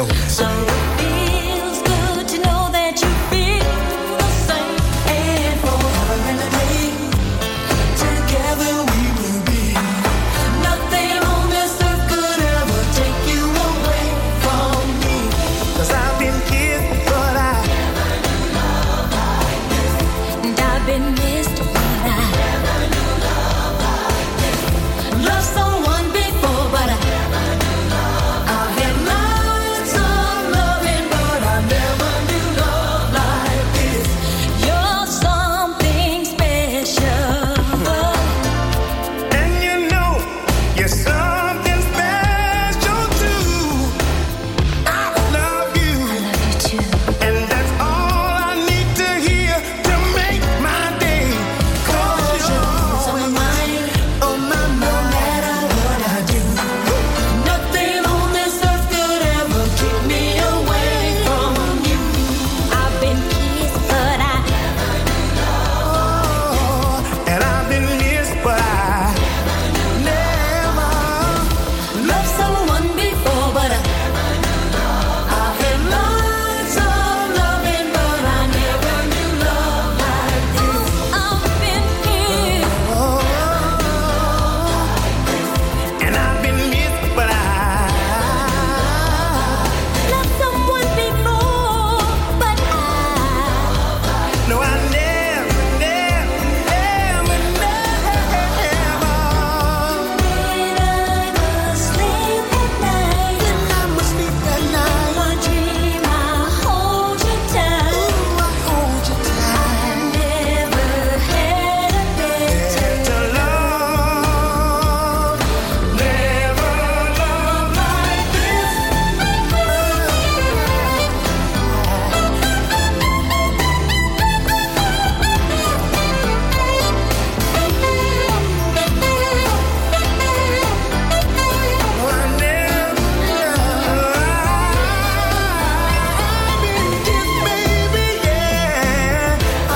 [SPEAKER 6] know that.
[SPEAKER 14] So it feels good to know that you feel the same. And forever and a day, together we will be. Nothing on this earth could ever take you away from me.
[SPEAKER 6] 'Cause I've been kissed, but I never knew love like this.
[SPEAKER 14] And I've been missed, but I never knew love like this. Loved someone before, but I never knew love. I had lots of loving, but I never knew love like this. You're something special.
[SPEAKER 6] And you know, you're something special too. I love you.
[SPEAKER 14] I love you too.
[SPEAKER 6] And that's all I need to hear to make my day. 'Cause you're
[SPEAKER 14] So am I.
[SPEAKER 6] on my
[SPEAKER 14] No
[SPEAKER 6] mind.
[SPEAKER 14] matter what I do, nothing on this earth could ever keep me away from you. I've been kissed, but I never knew love.
[SPEAKER 6] And I've been missed, but I never
[SPEAKER 14] Loved someone before, but I never knew love. I've had lots of loving, but I never knew love like this. I've been kissed,
[SPEAKER 6] and I've been missed, but I
[SPEAKER 14] loved someone before, but I.
[SPEAKER 6] no, I never, never, never, never.
[SPEAKER 14] When I must sleep at night,
[SPEAKER 6] I must sleep at night.
[SPEAKER 14] I dream I hold you tight.
[SPEAKER 6] Ooh, I hold you tight.
[SPEAKER 14] Never had a better
[SPEAKER 6] To love, never love like this. Oh, I never, I've been kissed, baby, yeah. Oh,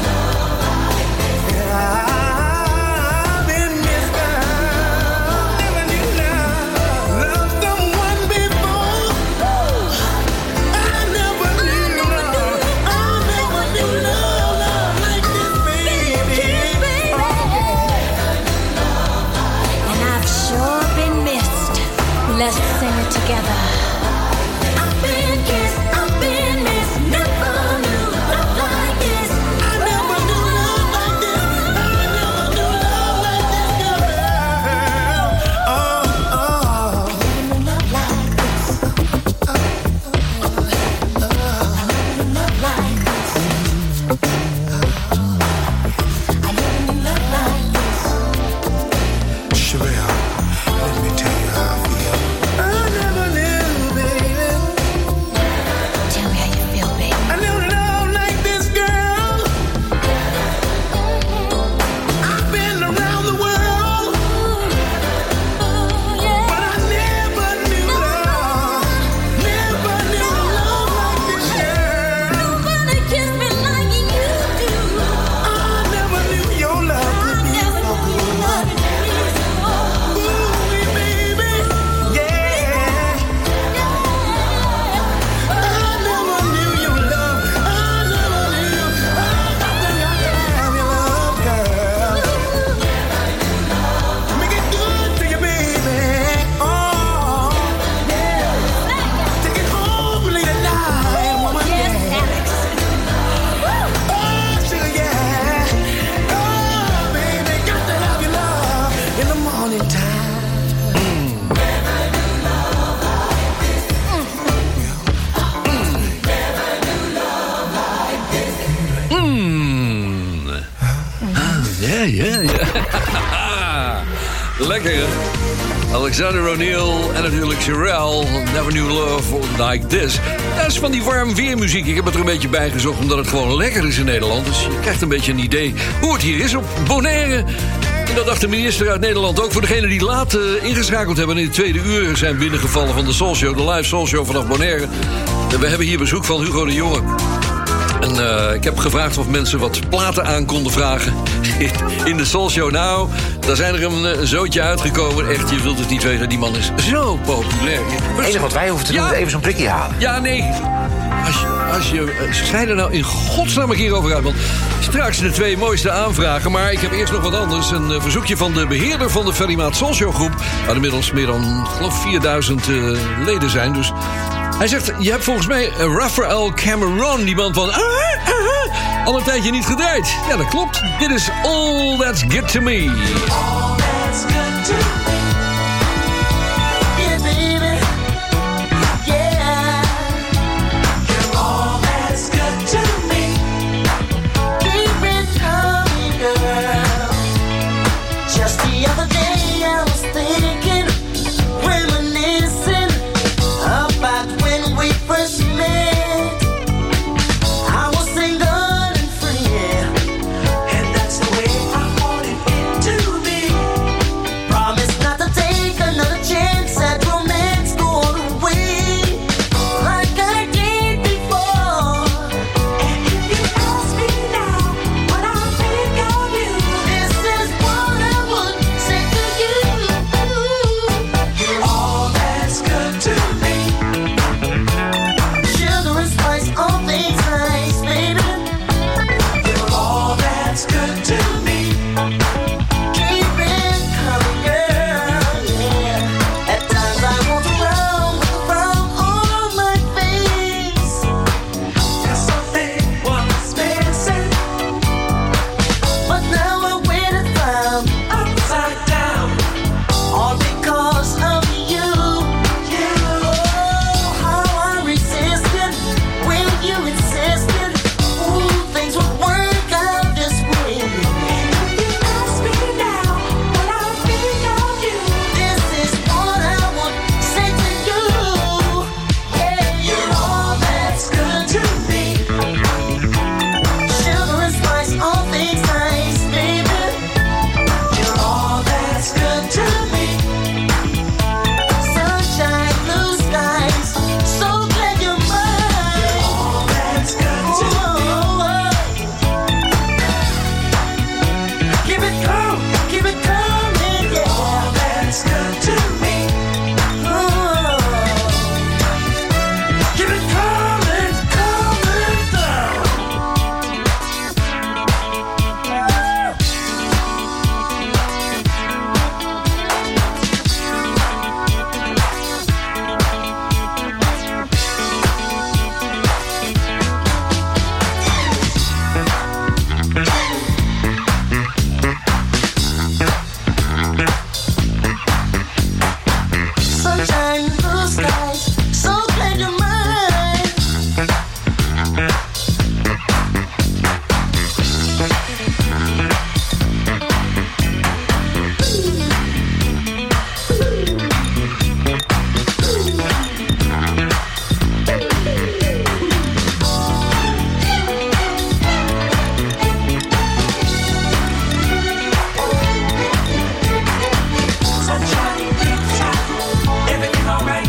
[SPEAKER 6] yeah, I've been missed, girl. Never knew love. Loved someone before. I never knew love. I never knew love, love like this, baby. Oh,
[SPEAKER 14] And I've sure been missed. Let's sing it together. I've been kissed, I've been missed. Never knew love like this.
[SPEAKER 6] I never knew love like this. I never knew love like this, girl. Oh, oh.
[SPEAKER 14] Love like this. Love like this. I never knew love like this.
[SPEAKER 6] Sherelle, let me tell you how I feel. I never knew, baby.
[SPEAKER 14] Tell me how you feel, baby.
[SPEAKER 6] I knew love like this, girl. I've been around the world, but I never knew love. Never knew love like this, girl.
[SPEAKER 14] Nobody kissed me like you do.
[SPEAKER 6] I never knew your love could be so good. Ooh, baby, yeah. I never knew your love. I never knew. I think I can have your love, girl. Make it good to you, baby. Oh, yeah. Take it home late at night, woman.
[SPEAKER 14] Yes,
[SPEAKER 6] Yeah.
[SPEAKER 14] Alex.
[SPEAKER 6] Oh, sugar, yeah. Oh, baby, got to have your love in the morning time.
[SPEAKER 3] Hmm. Ah, ja, ja, ja. Lekker, hè? Alexander O'Neill en natuurlijk Sherelle. Never Knew Love Like This. Dat is van die warm weermuziek. Ik heb het er een beetje bij gezocht omdat het gewoon lekker is in Nederland. Dus je krijgt een beetje een idee hoe het hier is op Bonaire. En dat dacht de minister uit Nederland ook. Voor degenen die laat uh, ingeschakeld hebben in de tweede uur zijn binnengevallen van de Soul Show. De live Soul Show vanaf Bonaire. En we hebben hier bezoek van Hugo de Jonge. En uh, ik heb gevraagd of mensen wat platen aan konden vragen in de Soul Show. Nou, daar zijn er een, een zootje uitgekomen. Echt, je wilt het niet weten, die man is zo populair.
[SPEAKER 10] Het enige wat wij hoeven te doen
[SPEAKER 3] ja.
[SPEAKER 10] is even zo'n prikje halen.
[SPEAKER 3] Ja, nee. Als je, als je uh, schrijf er nou in godsnaam een keer over uit. Want straks de twee mooiste aanvragen. Maar ik heb eerst nog wat anders. Een uh, verzoekje van de beheerder van de Ferry Maat Soul Show groep. Waar inmiddels meer dan, geloof vierduizend uh, leden zijn. Dus hij zegt, je hebt volgens mij uh, Raphael Cameron, die man van... Uh, uh, al een tijdje niet gedraaid. Ja, dat klopt. Dit is All That's Good To Me.
[SPEAKER 2] All that's good to me. Yeah, baby. Yeah. You're all that's good to me. Keep it coming, girl. Just the other day I was thinking, reminiscing about when we first met. I was single and free, yeah. And that's the way I wanted it to be. Promise not to take another chance at romance going away like I did before. And if you ask me now what I think of you, this is what I would say to you. You're all that's good to me. Sugar and spice, all things nice, baby. You're all that's good to me. Keep it coming, girl, yeah. At times I walk around with a frown on my face. There's something was missing, but now I wear the frown upside down, all because of you. Oh, how I resisted when you insisted, ooh, things would work out this way. And if you ask me now what I think of you, this is what I would say to you. Yeah, you're all that's good to me. Sugar and spice, all things nice, baby. You're all that's good to me. Sunshine, blue skies, so glad you're mine. All that's good to me. Keep it coming, keep it coming, yeah. All that's good to me. Keep it coming, coming down. Sunshine, blue skies, so glad you're mine. Sunshine, blue skies, everything alright.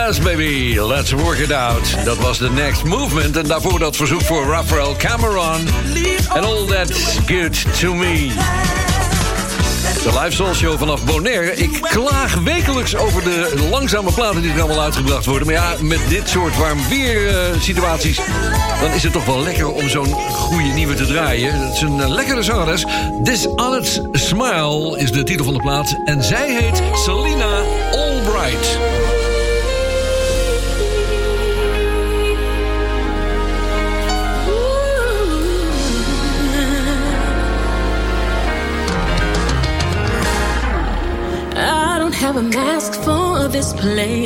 [SPEAKER 3] Yes, baby, let's work it out. Dat was The Next Movement. En daarvoor dat verzoek voor Raphael Cameron. And All That's Good To Me. De Live Soul Show vanaf Bonaire. Ik klaag wekelijks over de langzame platen die er allemaal uitgebracht worden. Maar ja, met dit soort warm weer uh, situaties... dan is het toch wel lekker om zo'n goede nieuwe te draaien. Het is een uh, lekkere zangeres. Dishonest Smile is de titel van de plaat. En zij heet Selena Albright.
[SPEAKER 15] Have a mask for this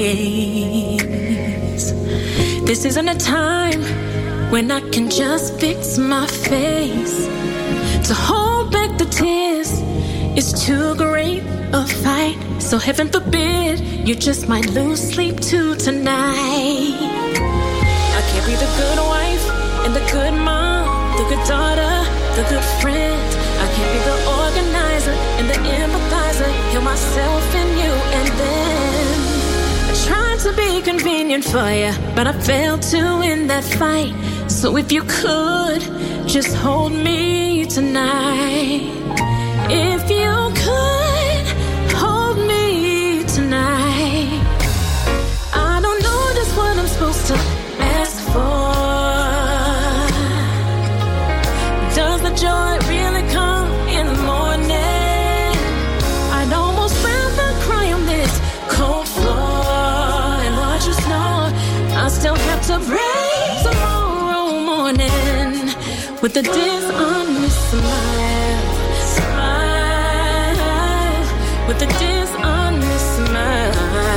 [SPEAKER 15] place. This isn't a time when I can just fix my face. To hold back the tears is too great a fight. So heaven forbid you just might lose sleep too tonight. I can't be the good wife and the good mom, the good daughter, the good friend. I can't be the organizer and the empathizer. Heal myself and you, and then I tried to be convenient for you, but I failed to win that fight. So if you could just hold me tonight, if you could hold me tonight. I don't know just what I'm supposed to ask for. Does the joy really come in the morning? I'd almost rather cry on this cold floor. And Lord, just know I still have to pray tomorrow morning with a dishonest smile, smile, with a dishonest smile.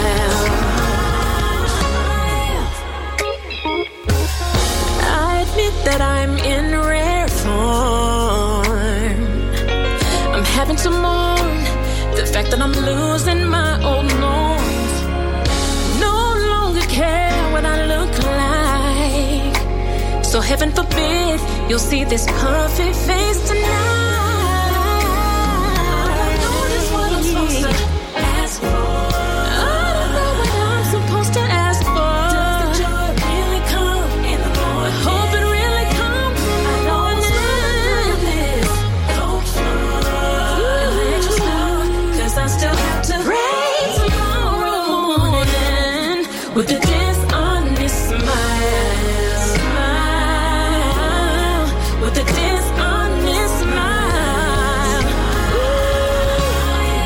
[SPEAKER 15] I admit that I'm in rare form. I'm having to mourn the fact that I'm losing my old norms. No longer care what I look like. So heaven forbid you'll see this perfect face tonight. I don't know just what I'm supposed to ask for. I don't know what I'm supposed to ask for. Does the joy really come in the morning? I hope it really comes in the morning. This cold floor. And let you know, 'cause I still have to pray tomorrow morning with the dishonest smile, smile, with the dishonest smile. Ooh,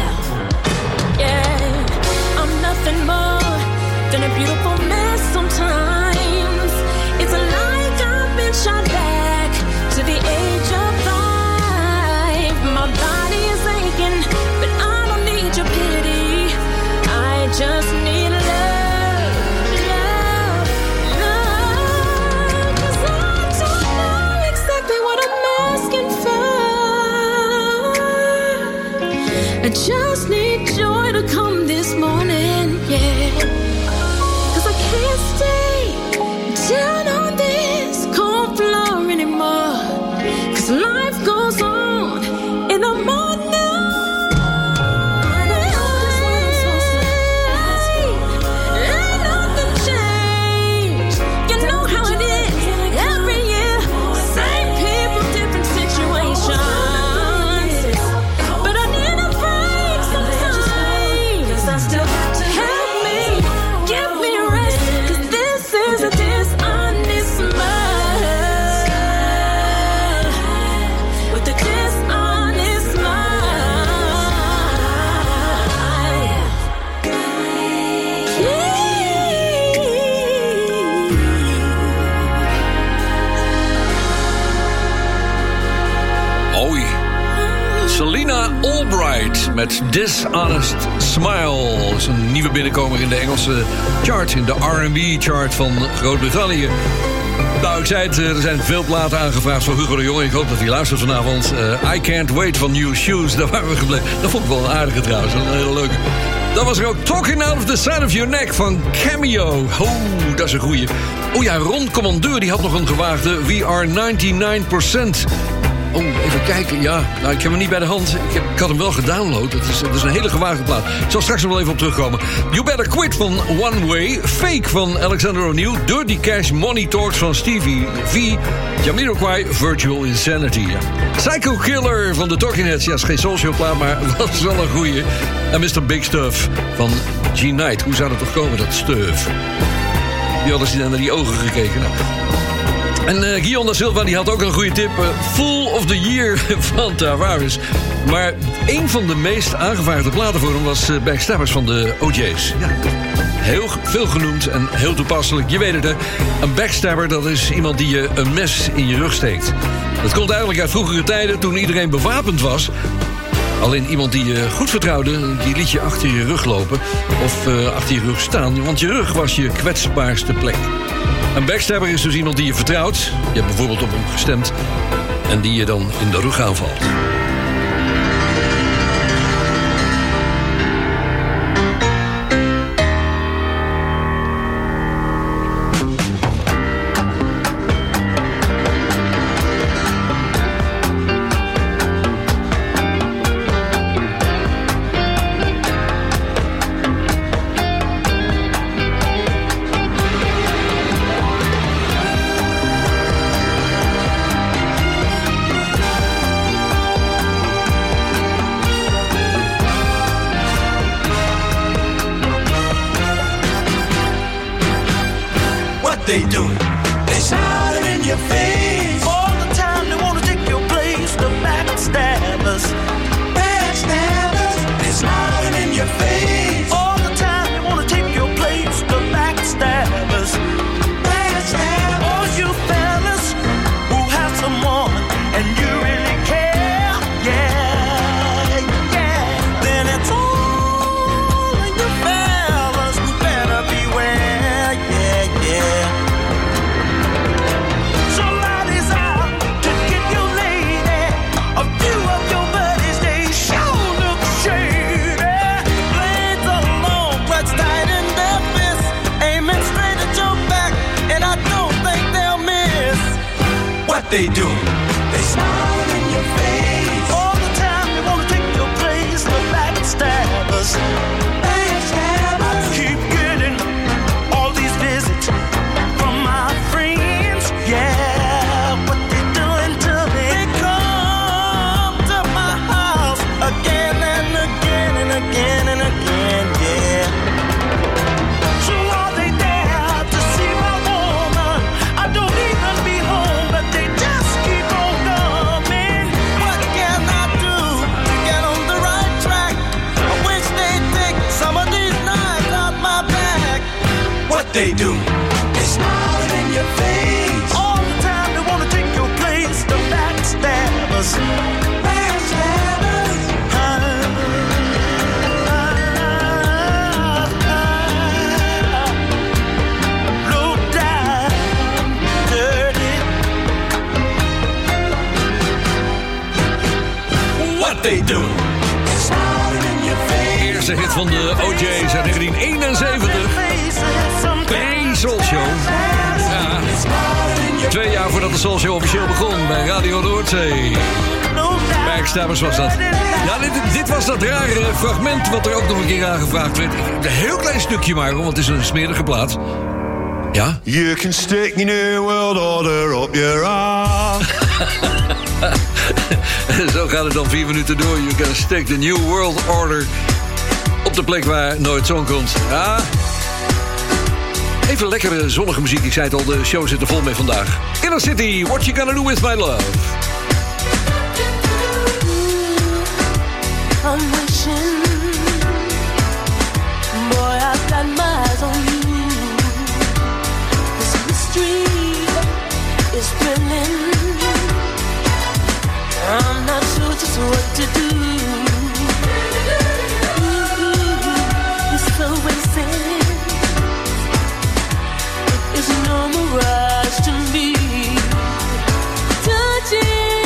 [SPEAKER 15] yeah, I'm nothing more than a beautiful mess sometimes. It's like I've been shot back to the age of five. My body is aching, but I don't need your pity. I just need love, love, love. 'Cause I don't know exactly what I'm asking for. I just need joy to come this morning, yeah. 'Cause I can't stay down on this cold floor anymore. 'Cause life goes on in the morning. Ain't nothing changed. You know how it is every year. Same people, different situations. But I need a break sometimes. 'Cause I still have to help me, give me rest. 'Cause this is a dishonest smile, with a dishonest
[SPEAKER 3] Mooi. Selena Albright met Dishonest Smile. Dat is een nieuwe binnenkomer in de Engelse chart, in de R en B-chart van Groot-Brittannië. Nou, ik zei het, er zijn veel platen aangevraagd voor Hugo de Jonge. Ik hoop dat hij luistert vanavond. Uh, I Can't Wait van New Shoes, daar waren we gebleven. Dat vond ik wel een aardige trouwens, een hele leuke. Dan was er ook Talking Out of the Side of Your Neck van Cameo. Oh, dat is een goeie. Oh ja, Ron Commandeur die had nog een gewaagde We Are negenennegentig procent. oh, even kijken. Ja, nou, ik heb hem niet bij de hand. Ik, heb, ik had hem wel gedownload. Het is, het is een hele gewaagde plaat. Ik zal straks nog wel even op terugkomen. You Better Quit van One Way. Fake van Alexander O'Neal. Dirty Cash Money Talks van Stevie V. Jamiroquai, Virtual Insanity. Ja. Psycho Killer van de Talking Heads. Ja, is geen soulshow plaat, maar was wel een goeie. En mister Big Stuff van G Knight. Hoe zou dat toch komen, dat stuff? Die hadden ze naar die ogen gekeken. Nou. En uh, Guion da Silva die had ook een goede tip. Uh, Fool of the Year van Tavares. Maar een van de meest aangevaarde platen voor hem was uh, Backstabbers van de O J's. Ja. Heel veel genoemd en heel toepasselijk. Je weet het, hè. Een backstabber, dat is iemand die je een mes in je rug steekt. Dat komt eigenlijk uit vroegere tijden toen iedereen bewapend was. Alleen iemand die je goed vertrouwde, die liet je achter je rug lopen. Of uh, achter je rug staan, want je rug was je kwetsbaarste plek. Een backstabber is dus iemand die je vertrouwt. Je hebt bijvoorbeeld op hem gestemd. En die je dan in de rug aanvalt.
[SPEAKER 2] They do. They shout it in your face. All the time they wanna take your place. The backstabbers. Backstabbers. They shout it in your face. All the time they wanna take your place. The backstabbers. Backstabbers. All you fellas who have someone and you really care. Yeah, yeah. Then it's all in you fellas who better beware. Yeah, yeah. They do. They smile in your face. All the time they wanna take your place. The backstabbers. Backstabbers. I keep getting all these visits from my friends. Yeah, what they doing to me? They come to my house again and again and again and again. Yeah. So are they there to see my woman? I don't even be home, but they they do. They smile it in your face. All the time they wanna take your place. The backstabbers. Backstabbers. Ah, ah, ah. Low down, dirty. What they do. They smile it in your face.
[SPEAKER 3] Eerste hit van de O J's uit negentien eenenzeventig. Pre-Soul Show. Ja. Twee jaar voordat de Soul Show officieel begon bij Radio Noordzee. Backstabbers was dat. Ja, dit, dit was dat rare fragment wat er ook nog een keer aangevraagd werd. Een heel klein stukje maar, want het is een smerige plaat. Ja?
[SPEAKER 16] You can stick your new world order up your arm.
[SPEAKER 3] Zo gaat het dan vier minuten door. You can stick the new world order op de plek waar nooit zon komt. Ja. Even lekkere zonnige muziek. Ik zei het al, de show zit er vol mee vandaag. Inner City, What You Gonna Do With My Love.
[SPEAKER 15] I'm wishing, boy, I've got my eyes on you. This mystery is thrilling. I'm not sure just what to do. You're so insane. It's no mirage to me. Touching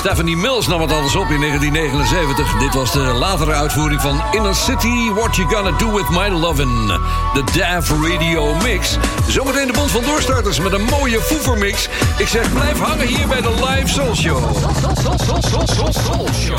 [SPEAKER 3] Stephanie Mills nam het alles op in negentien negenenzeventig. Dit was de latere uitvoering van Inner City, What You Gonna Do With My Lovin'. De Daf Radio Mix. Zometeen de Bond van Doorstarters met een mooie Foever mix. Ik zeg, blijf hangen hier bij de Live Soul Show. Soul, soul, soul, soul, soul Show.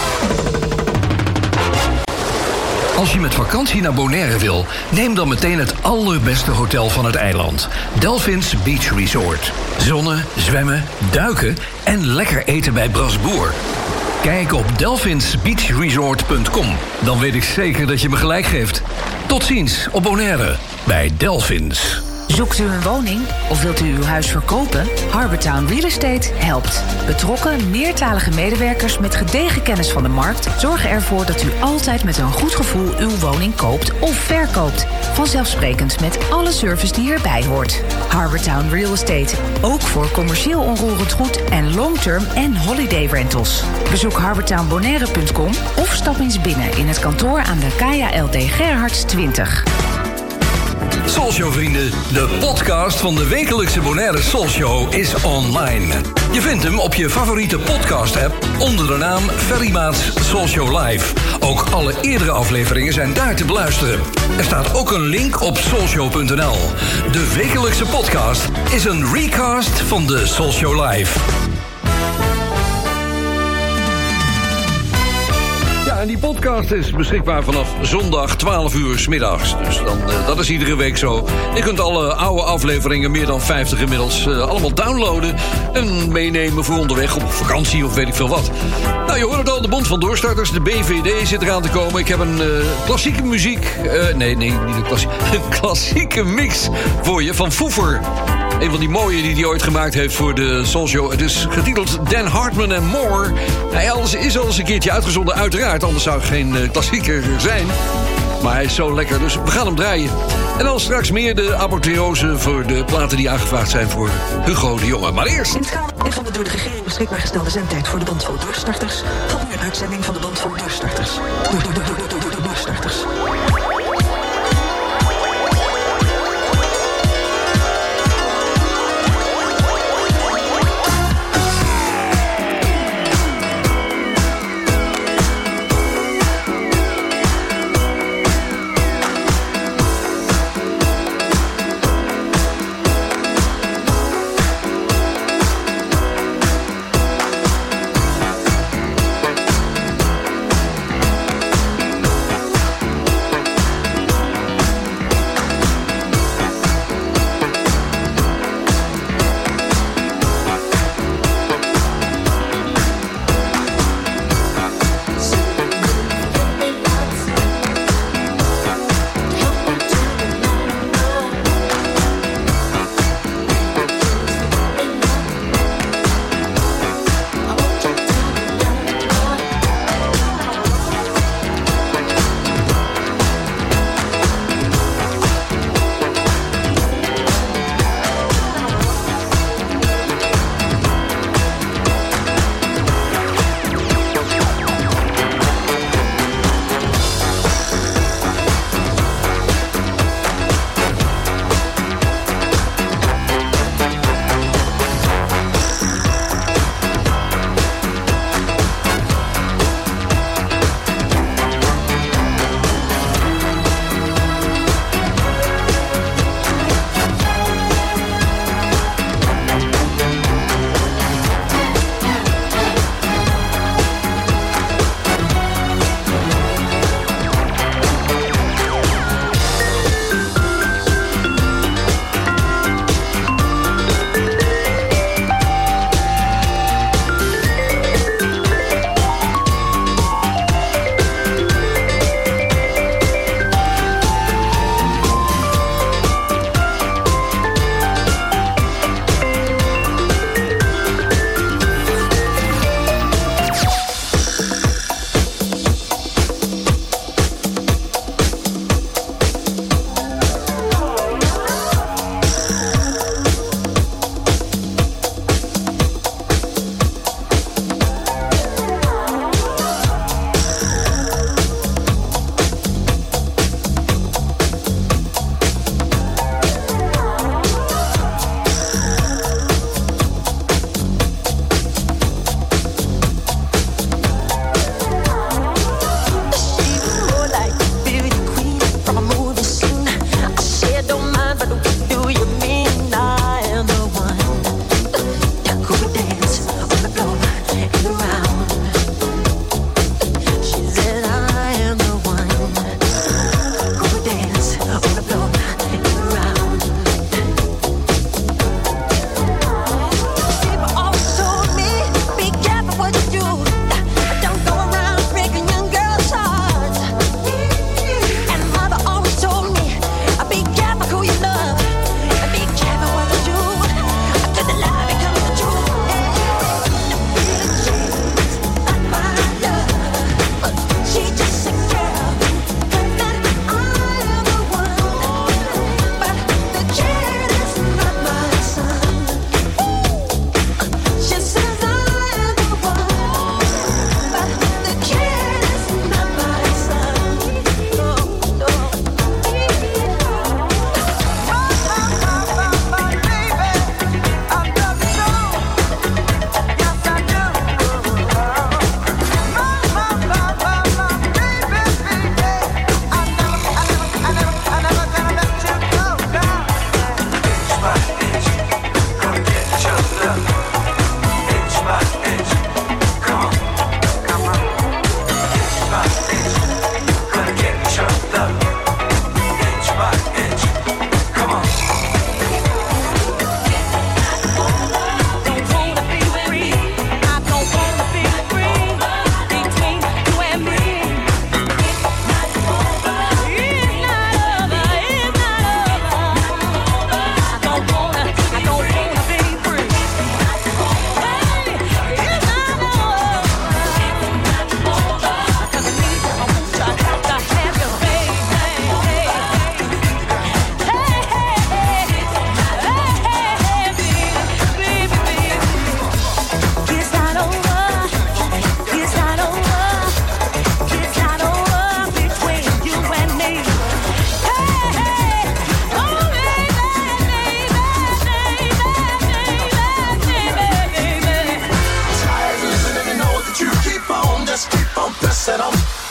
[SPEAKER 5] Als je met vakantie naar Bonaire wil, neem dan meteen het allerbeste hotel van het eiland. Delphins Beach Resort. Zonnen, zwemmen, duiken en lekker eten bij Brasboer. Kijk op delphins beach resort punt com. Dan weet ik zeker dat je me gelijk geeft. Tot ziens op Bonaire bij Delphins.
[SPEAKER 11] Zoekt u een woning of wilt u uw huis verkopen? Harbortown Real Estate helpt. Betrokken, meertalige medewerkers met gedegen kennis van de markt zorgen ervoor dat u altijd met een goed gevoel uw woning koopt of verkoopt. Vanzelfsprekend met alle service die erbij hoort. Harbortown Real Estate, ook voor commercieel onroerend goed en long-term en holiday rentals. Bezoek harbortown bonaire punt com of stap eens binnen in het kantoor aan de K J L D Gerhards twintig.
[SPEAKER 5] Soulshow vrienden, de podcast van de wekelijkse Bonaire Soulshow is online. Je vindt hem op je favoriete podcast app onder de naam Ferry Maat's Soulshow Live. Ook alle eerdere afleveringen zijn daar te beluisteren. Er staat ook een link op soulshow punt n l. De wekelijkse podcast is een recast van de Soulshow Live.
[SPEAKER 3] En die podcast is beschikbaar vanaf zondag twaalf uur 's middags. Dus dan, uh, dat is iedere week zo. Je kunt alle oude afleveringen, meer dan vijftig inmiddels, uh, allemaal downloaden en meenemen voor onderweg op vakantie of weet ik veel wat. Nou, je hoort het al, de Bond van Doorstarters, de B V D zit eraan te komen. Ik heb een uh, klassieke muziek, uh, nee, nee, niet een klassieke, een klassieke mix voor je van Foever. Een van die mooie die hij ooit gemaakt heeft voor de Soul Show. Het is getiteld Dan Hartman and More. Hij is al eens een keertje uitgezonden, uiteraard. Anders zou het geen uh, klassieker zijn. Maar hij is zo lekker, dus we gaan hem draaien. En dan straks meer de apotheose voor de platen die aangevraagd zijn voor Hugo de Jonge. Maar eerst...
[SPEAKER 17] In het kader van de door de regering beschikbaar gestelde zendtijd voor de Band van Doorstarters... volgt nu een uitzending van de Band van Doorstarters. Door, door, door, door, door, door, door, doorstarters.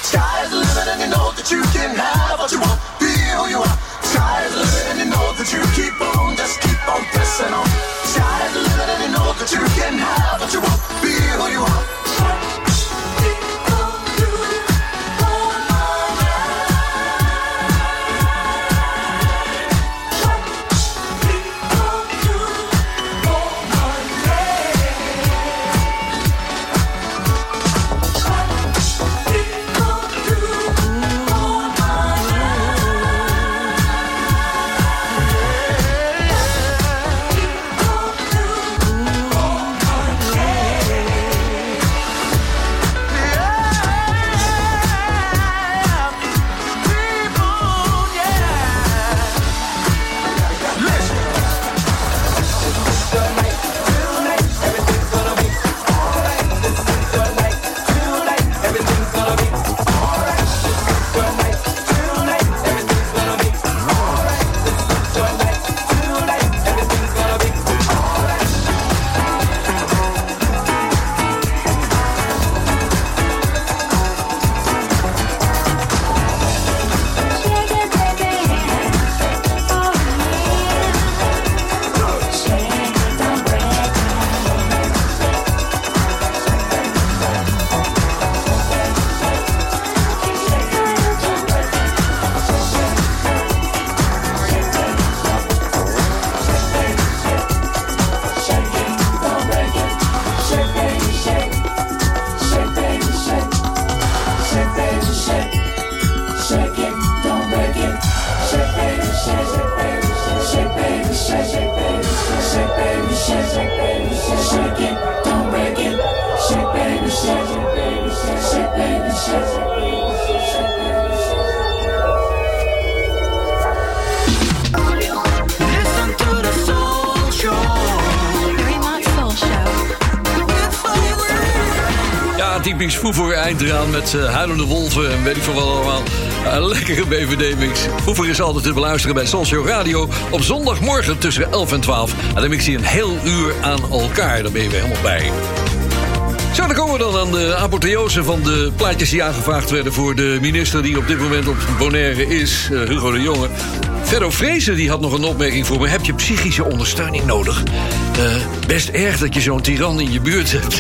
[SPEAKER 2] Sky is the limit and you know that you can have what you want. Be who you are. Sky is the limit and you know that you keep on, just keep on pressing on. Sky is the limit and you know that you can have what you want. Be who you are.
[SPEAKER 3] Typisch Foever eind eraan met uh, huilende wolven en weet ik veel wat allemaal. Uh, lekkere B V D-mix. Foever is altijd te beluisteren bij Soulshow Radio op zondagmorgen tussen elf en twaalf. En dan mix hij een heel uur aan elkaar. Daar ben je weer helemaal bij. Zo, dan komen we dan aan de apotheose van de plaatjes die aangevraagd werden voor de minister die op dit moment op Bonaire is, uh, Hugo de Jonge. Ferro Vrezen die had nog een opmerking voor me. Heb je psychische ondersteuning nodig? Uh, best erg dat je zo'n tiran in je buurt hebt.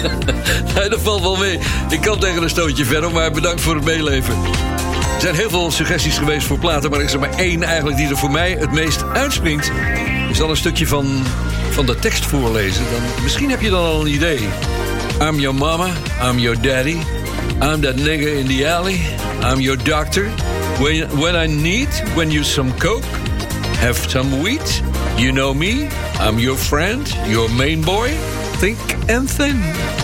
[SPEAKER 3] Nee, dat valt wel mee. Ik kan tegen een stootje verder, maar bedankt voor het meeleven. Er zijn heel veel suggesties geweest voor platen, maar er is er maar één eigenlijk die er voor mij het meest uitspringt. Is dan een stukje van, van de tekst voorlezen. Dan, misschien heb je dan al een idee. I'm your mama, I'm your daddy. I'm that nigger in the alley. I'm your doctor. When, when I need, when you some coke, have some weed. You know me, I'm your friend, your main boy. Thick and thin.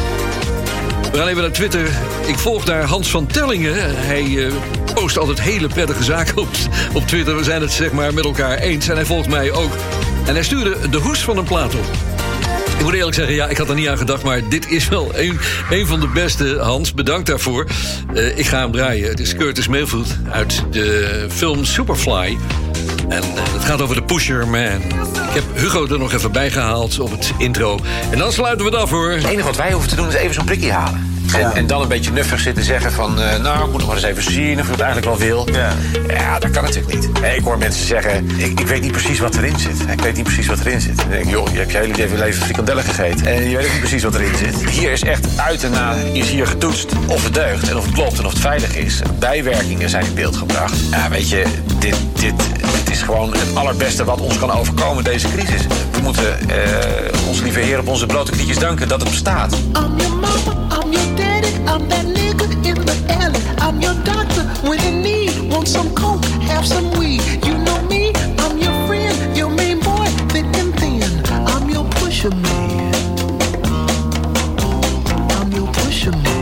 [SPEAKER 3] We gaan even naar Twitter. Ik volg daar Hans van Tellingen. Hij uh, post altijd hele prettige zaken op, op Twitter. We zijn het zeg maar met elkaar eens. En hij volgt mij ook. En hij stuurde de hoes van een plaat op. Ik moet eerlijk zeggen, ja, ik had er niet aan gedacht, maar dit is wel een, een van de beste, Hans. Bedankt daarvoor. Uh, ik ga hem draaien. Het is Curtis Mayfield uit de film Superfly. En uh, het gaat over de Pusher Man. Ik heb Hugo er nog even bij gehaald op het intro. En dan sluiten we het af, hoor.
[SPEAKER 10] Het enige wat wij hoeven te doen is even zo'n prikje halen. En, ja. en dan een beetje nuffig zitten zeggen van... Uh, nou, ik moet nog maar eens even zien of je het eigenlijk wel wil. Ja, ja dat kan natuurlijk niet. Ik hoor mensen zeggen... Ik, ik weet niet precies wat erin zit. Ik weet niet precies wat erin zit. Dan denk ik, joh, je hebt je hele leven frikandellen gegeten. En je weet ook niet precies wat erin zit. Hier is echt uit en na is hier getoetst of het deugt. En of het klopt en of het veilig is. Bijwerkingen zijn in beeld gebracht. Ja, weet je, dit, dit, dit is gewoon het allerbeste wat ons kan overkomen, deze crisis. We moeten uh, ons lieve Heer op onze blote knietjes danken dat het bestaat.
[SPEAKER 18] I'm your mama, I'm your daddy, I'm that nigga in the alley. I'm your doctor when in need. Want some coke, have some weed. You know me, I'm your friend, your main boy, thick and thin. I'm your pusher man. I'm your pusher man.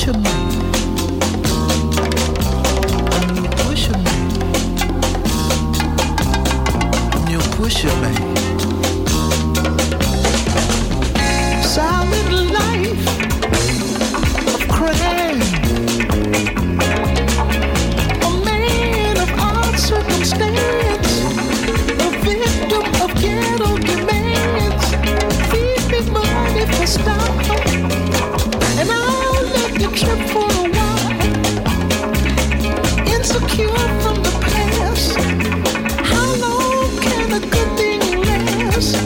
[SPEAKER 18] pusher man. I'm your pusher man. I'm your pusher man. Solid life of crime. A man of odd circumstance. A victim of ghetto demands. Feed me money for style. And I'll let you trip for a while. Insecure from the past. How long can a good thing last?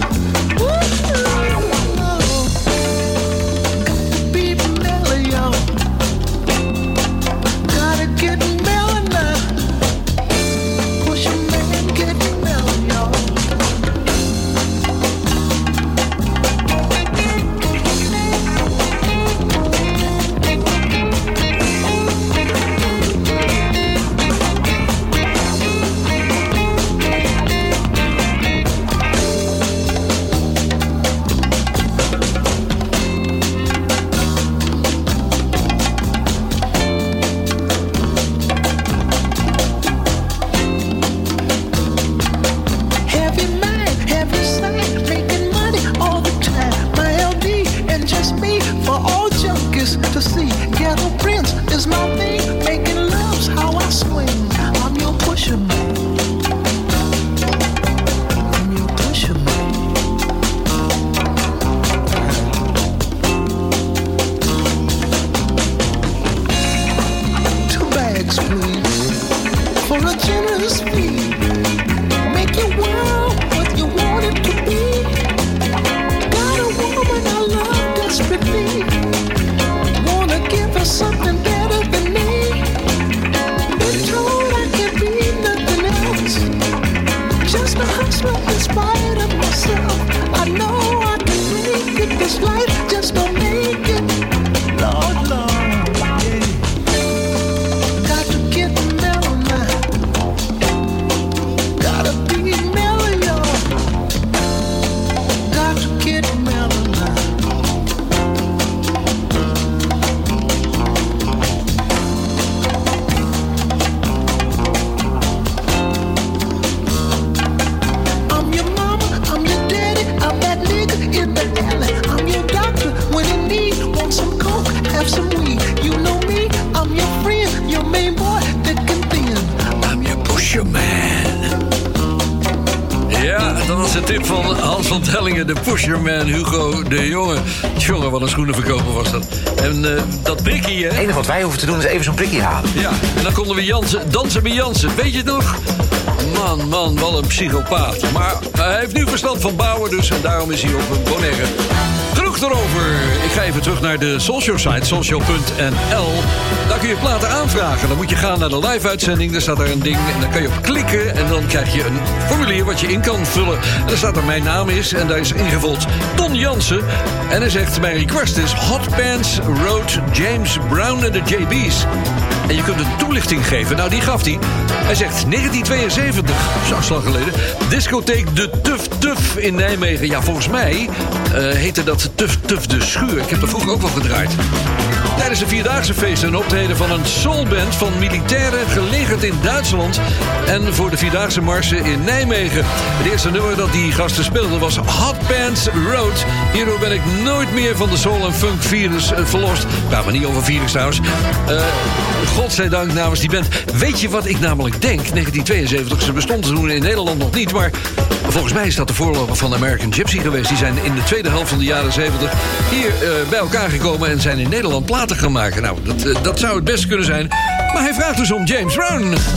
[SPEAKER 3] De Pusherman Hugo de Jonge. Jongen, wat een schoenenverkoper was dat. En uh, dat prikkie, hè?
[SPEAKER 10] Het enige wat wij hoeven te doen is even zo'n prikkie halen.
[SPEAKER 3] Ja, en dan konden we Jansen, dansen met Jansen. Weet je het nog? Man, man, wat een psychopaat. Maar hij heeft nu verstand van bouwen, dus en daarom is hij op een Bonaire. Genoeg erover. Ik ga even terug naar de Soulshow site, soulshow punt n l. Daar kun je platen aanvragen. Dan moet je gaan naar de live-uitzending. Daar staat daar een ding en dan kan je op klikken. En dan krijg je een formulier wat je in kan vullen. En daar staat er mijn naam is. En daar is ingevuld Ton Jansen. En hij zegt, mijn request is Hot Pants Road James Brown en de J B's. En je kunt een toelichting geven. Nou, die gaf hij. Hij zegt negentien tweeënzeventig, zo lang geleden. Discotheek De Tuf Tuf in Nijmegen. Ja, volgens mij uh, heette dat Tuf Tuf de Schuur. Ik heb er vroeger ook wel gedraaid. Tijdens de Vierdaagse feesten een optreden van een soulband van militairen gelegerd in Duitsland. En voor de Vierdaagse marsen in Nijmegen. Het eerste nummer dat die gasten speelden was Hot Pants Road. Hierdoor ben ik nooit meer van de soul- en funk virus uh, verlost. Nou, maar niet over virus trouwens. Uh, Godzijdank namens die band. Weet je wat ik namelijk denk? negentien tweeënzeventig, ze bestond toen in Nederland nog niet, maar volgens mij is dat de voorloper van American Gypsy geweest. Die zijn in de tweede helft van de jaren zeventig hier uh, bij elkaar gekomen en zijn in Nederland platen gaan maken. Nou, dat, uh, dat zou het best kunnen zijn. Maar hij vraagt dus om James Brown.
[SPEAKER 14] This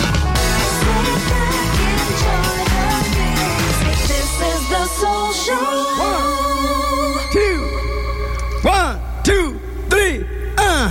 [SPEAKER 14] is the Soul Show.
[SPEAKER 8] One, two, one, two, three, uh.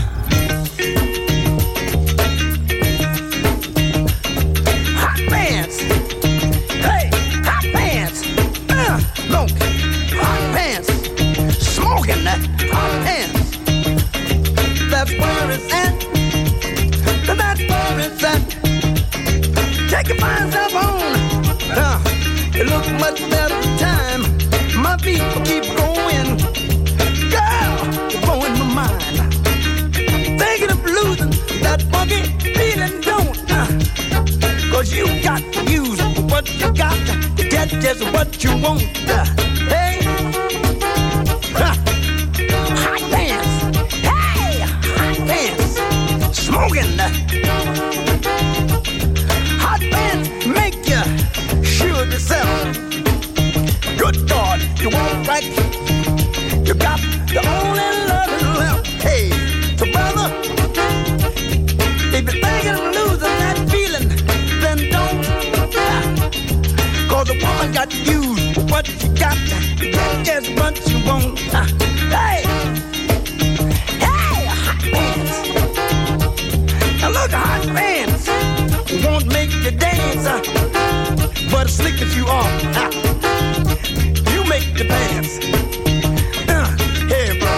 [SPEAKER 8] Hot pants. Hey, hot pants. Uh, look, hot pants. Smoking that hot pants. That's where it's at. That's where it's at. Take your fine up on. Uh, it looks much better time. My feet keep going. Girl, you're blowing my mind.
[SPEAKER 19] just what you want. Uh, hey, huh. Hot pants. Hey, hot pants. Smoking. Uh, hot pants make you sure yourself. Good God, you want right. You got the only love left. Hey, so brother, if you're thinking of losing that feeling, then don't. Cause a woman got to use what she got. You get just what you want. Hey, hey, hot pants. Now look, hot pants won't make you dance, uh, but as slick as you are, uh, you make the pants. Uh, hey, bro,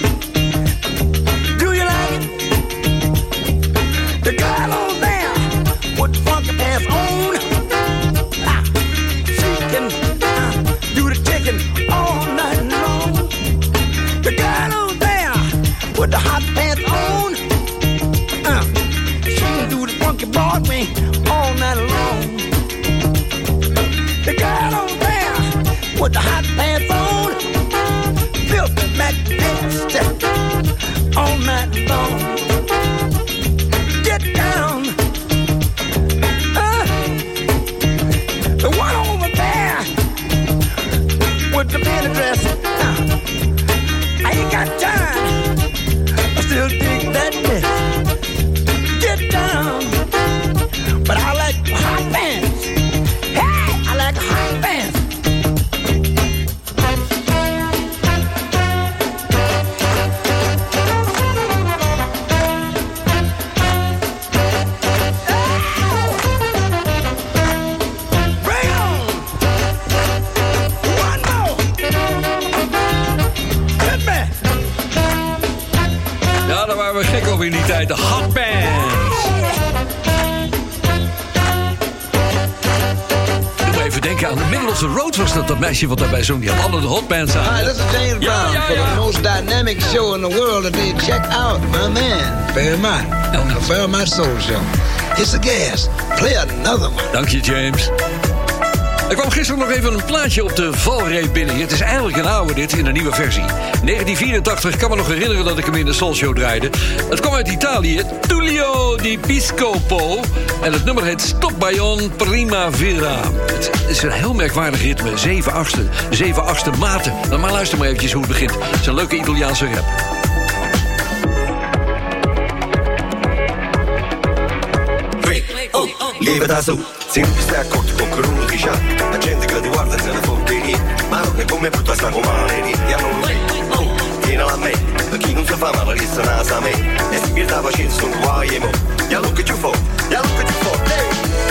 [SPEAKER 19] do you like it? The girl on there with the funky pants on, uh, she can uh, do the chicken all night long. The girl on there with the hot pants on, uh, she can do the funky Broadway all night long. The girl on there with the hot pants on, filthy Mac Dexter all night long. Get down. Uh, the one over there with the mini dress. Uh, I ain't got time. I still dig that dress. Get down. But I like hot pants. Hey, I like hot pants. Bring on. One more. Hit me.
[SPEAKER 3] Ja, daar waren we gek op in die tijd. De hot bands. Doe maar even denken aan de Middle of the Road was dat, dat meisje wat daarbij zong. Die had alle de hot bands aan.
[SPEAKER 19] Hi, this is James
[SPEAKER 3] Ja,
[SPEAKER 19] Brown
[SPEAKER 3] ja,
[SPEAKER 19] for
[SPEAKER 3] ja.
[SPEAKER 19] the most dynamic show in the world today. Check out my man, Barry Mott, on the Barry Mott Soul Show. It's a gas. Play another one.
[SPEAKER 3] Dank je, James. Er kwam gisteren nog even een plaatje op de valreep binnen. Het is eigenlijk een oude dit, in een nieuwe versie. negentien vierentachtig, ik kan me nog herinneren dat ik hem in de Soul Show draaide. Het kwam uit Italië, Tullio di Piscopo. En het nummer heet Stop Bayon Primavera. Het is een heel merkwaardig ritme, zeven achtste, zeven achtste maten. Nou, maar luister maar eventjes hoe het begint. Het is een leuke Italiaanse rap.
[SPEAKER 20] Oh, lievita su, sempre stai accorto con quello che c'ha. La gente che ti guarda se ne fotte lì. Ma non è come brutta sta come alegria. Non lo vedo, oh, vieni a me. Per chi non si fa male, lì se ne sa me. E si pierde la pazienza, sono guai e mo. Ya look at you for, ya look at you for, hey.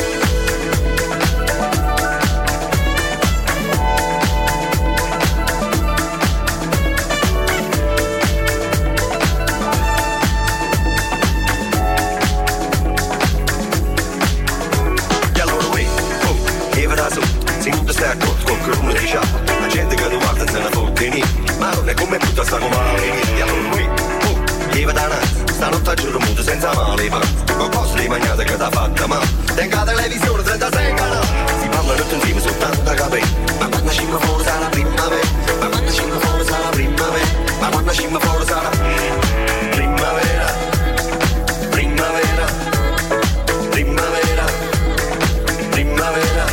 [SPEAKER 20] Con quello che c'ha, la gente che ti guarda se ne fotte lì. Ma non è come brutta sta come alegria. Non lo vedo, oh, lieva da nato. Stanotte a giorno muto senza male, ma con cose di magnate che t'ha fatta ma. Tenga la televisione trentasei canali. Si parlano tutti insieme soltanto a capire. Ma quando scimma fuori sarà primavera. Ma quando scimma fuori sarà primavera. Ma quando scimma fuori sarà primavera. Primavera. Primavera. Primavera.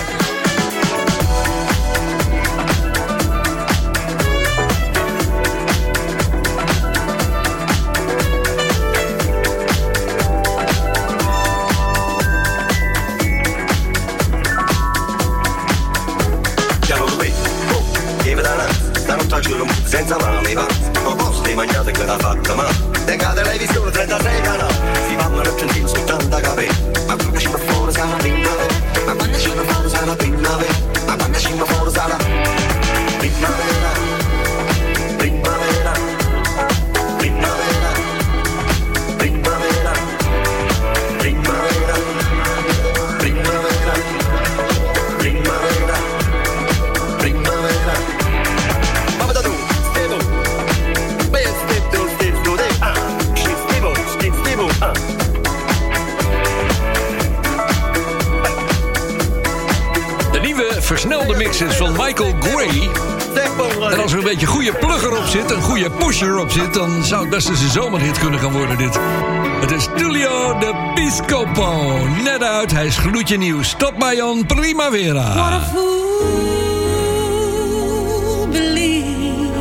[SPEAKER 20] Senza male va, non posso di magnate che l'ha fatta ma. Tenga televisione trentasei canali. Si vanno a sentire soltanto a capire. Ma quando scimma fuori sarà primavera. Ma quando scimma fuori sarà primavera. Ma quando scimma fuori sarà primavera. Primavera. Primavera. Primavera. Primavera. Primavera. Primavera. Primavera. Mamma da tu, stevo. Beh, stevo, stevo, ah. Stevo, stevo, ah.
[SPEAKER 3] versnelde mix is van Michael Gray. En als er een beetje goede plugger op zit, een goede pusher op zit, dan zou het best eens een zomerhit kunnen gaan worden, dit. Het is Tullio de Piscopo. Net uit, hij is gloedje nieuw. Stop mij on Primavera.
[SPEAKER 14] What a fool believes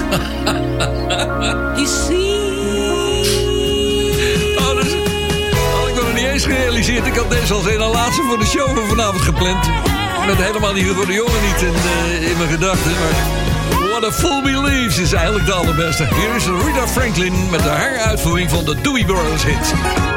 [SPEAKER 14] he sees.
[SPEAKER 3] Oh, dus, had ik nog niet eens gerealiseerd. Ik had deze als een laatste voor de show van vanavond gepland. Met helemaal die jongen niet in, uh, in mijn gedachten. Maar What a Fool Believes is eigenlijk de allerbeste. Hier is Rita Franklin met de haar uitvoering van de Doobie Brothers hit.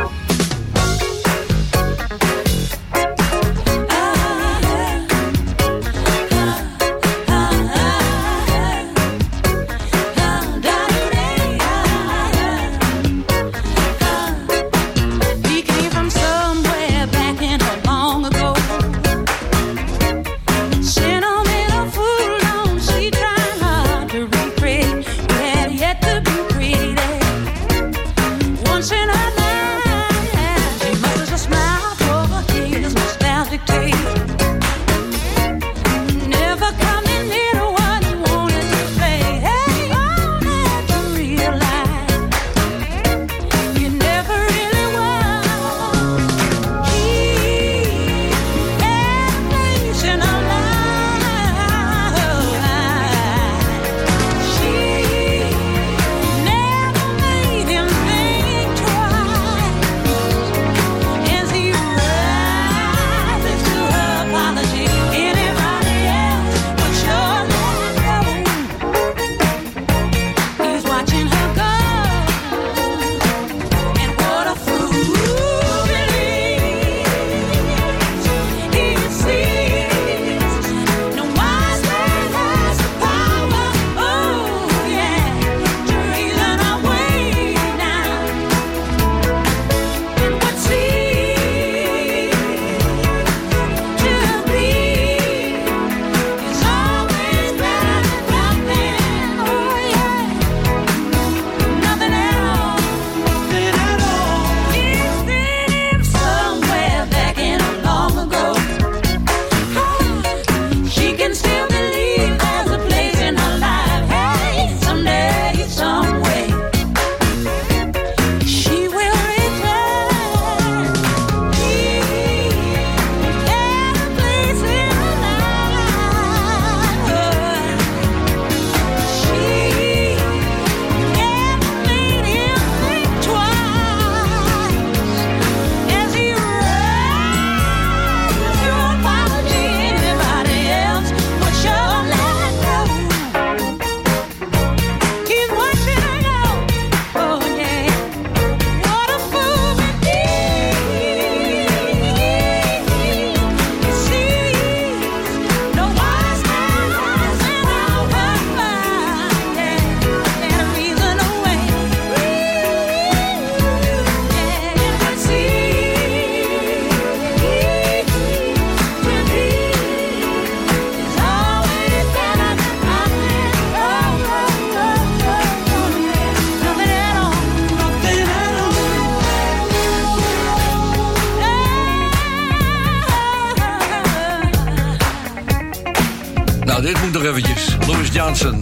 [SPEAKER 3] dit moet nog eventjes. Louis Johnson.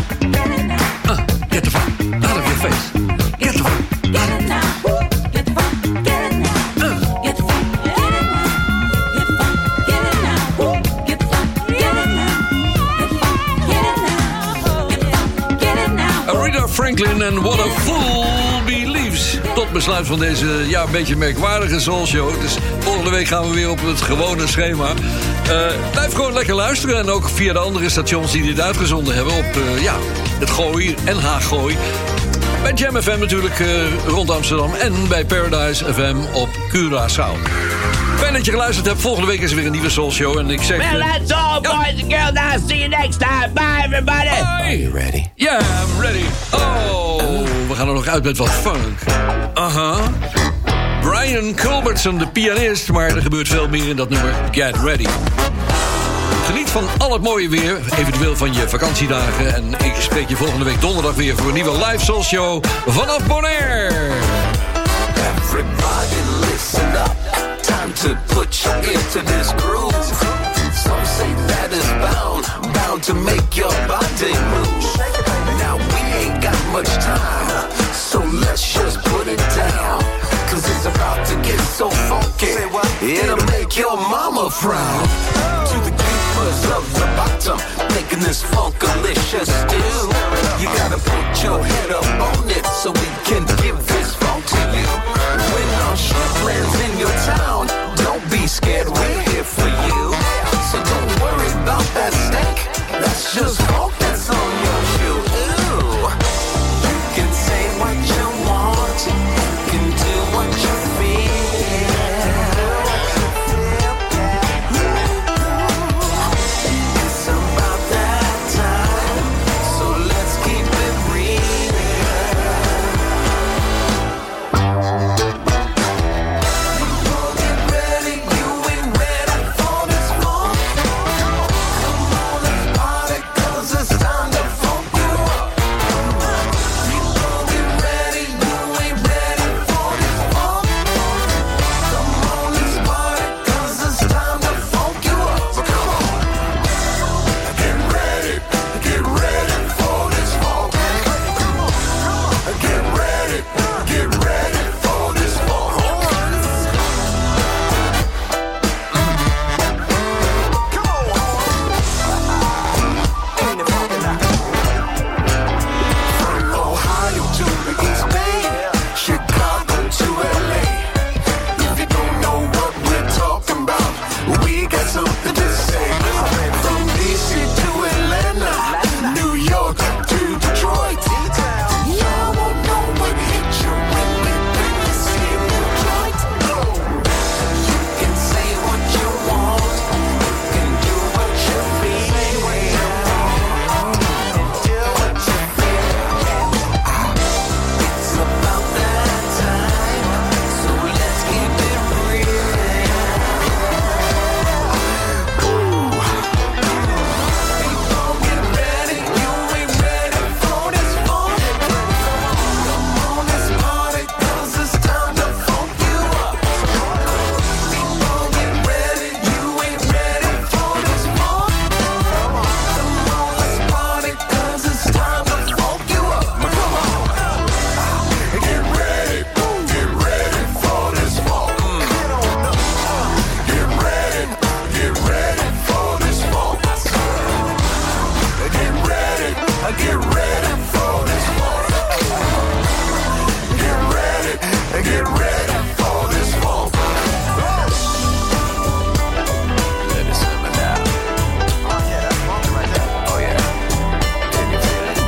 [SPEAKER 3] Uh, get the fuck out of your face. Get the fuck out of your Franklin en What a Fool Believes. Tot besluit van deze ja, een beetje merkwaardige soulshow. Dus volgende week gaan we weer op het gewone schema. Uh, blijf gewoon lekker luisteren. En ook via de andere stations die dit uitgezonden hebben. Op uh, ja, het Gooi en Haaggooi. Bij Jam F M natuurlijk uh, rond Amsterdam. En bij Paradise F M op Curaçao. Fijn dat je geluisterd hebt. Volgende week is er weer een nieuwe soulshow. En ik zeg...
[SPEAKER 4] Well, that's all, ja. boys and girls. Now see you next time. Bye, everybody.
[SPEAKER 3] Bye. Are you ready? Yeah, I'm ready. Oh, we gaan er nog uit met wat funk. Aha. Uh-huh. Brian Culbertson, de pianist. Maar er gebeurt veel meer in dat nummer. Get ready. Geniet van al het mooie weer. Eventueel van je vakantiedagen. En ik spreek je volgende week donderdag weer voor een nieuwe live soulshow vanaf Bonaire.
[SPEAKER 2] Everybody listen up. Time to put you into this groove. Some say that a frown. To the keepers of the bottom, making this funkalicious stew. You gotta put your head up on it so we can give this funk to you. When our ship lands in your town, don't be scared, we're here for you. So don't worry about that stank, that's just funk that's on your shoe. Ooh. You can say what you want, you can do what you feel. It's about that time, so let's keep it real. People get ready, you ain't ready for this funk. Come on, let's party, 'cause it's time to funk you up. People get ready, you ain't ready for this funk. Come on, let's party, 'cause it's time to funk you up. So come on. Get ready, get ready for this funk. Get ready, get ready for this funk. From Ohio to the East Bay, Chicago to L A. If you don't know what we're talking about, we got something to say. From D C to Atlanta, New York to Detroit. Y'all won't know what hit you when we bring this here new joint. You can say what you want, you can do what you feel. Do what you feel. It's about that time, so let's keep it real. People get ready, you ain't ready for this funk. Come on, let's party, 'cause it's time to funk you up. People get ready, you ain't ready for this funk. Come on, let's party, 'cause it's time to funk you up. Come on. Get ready, get ready for this funk. Get ready, get ready for this funk. Get ready, get ready for this funk. Get ready, get ready for this funk. Let me simmer down. Oh yeah, that's funk right there. Oh yeah. Can you feel it?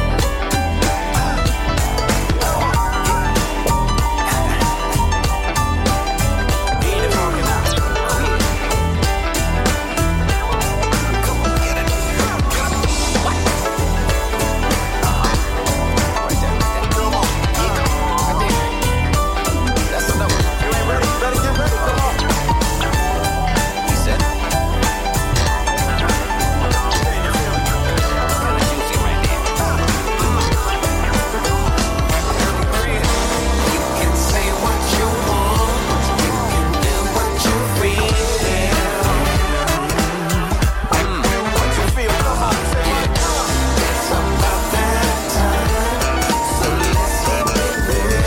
[SPEAKER 2] Need it funky now. Oh yeah. Come on, get it. What? Uh-huh. Right there, right there. Come on. Yeah. Right there. That's enough. You ain't ready? You better get ready. Come on. You said it. Kinda juicy right there. You can say what you want, you can do what you feel. Mm. What you feel, come on, say it. It's about that time, so let's keep it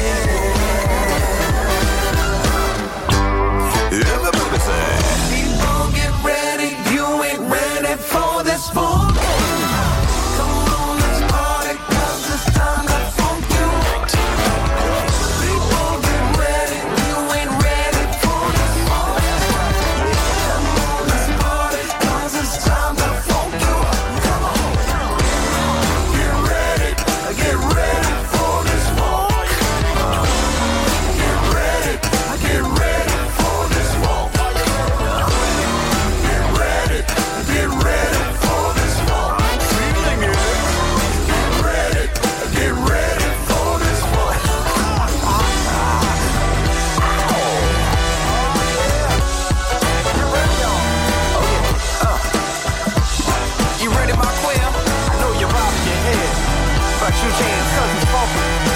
[SPEAKER 2] real. Everybody say, people get ready, you ain't ready for this funk. Come on, let's party, 'cause it's time to funk you up. People get ready, you ain't ready for this funk. Come on, let's party, 'cause it's time to funk you up. Come on. Get ready, get ready for this funk. Get ready, get ready for this funk. Get ready, get ready for this funk. Feeling it. Get ready, get ready for this funk. You ready, my quail? I know you're bobbing your head, but you can't 'cause it's funky.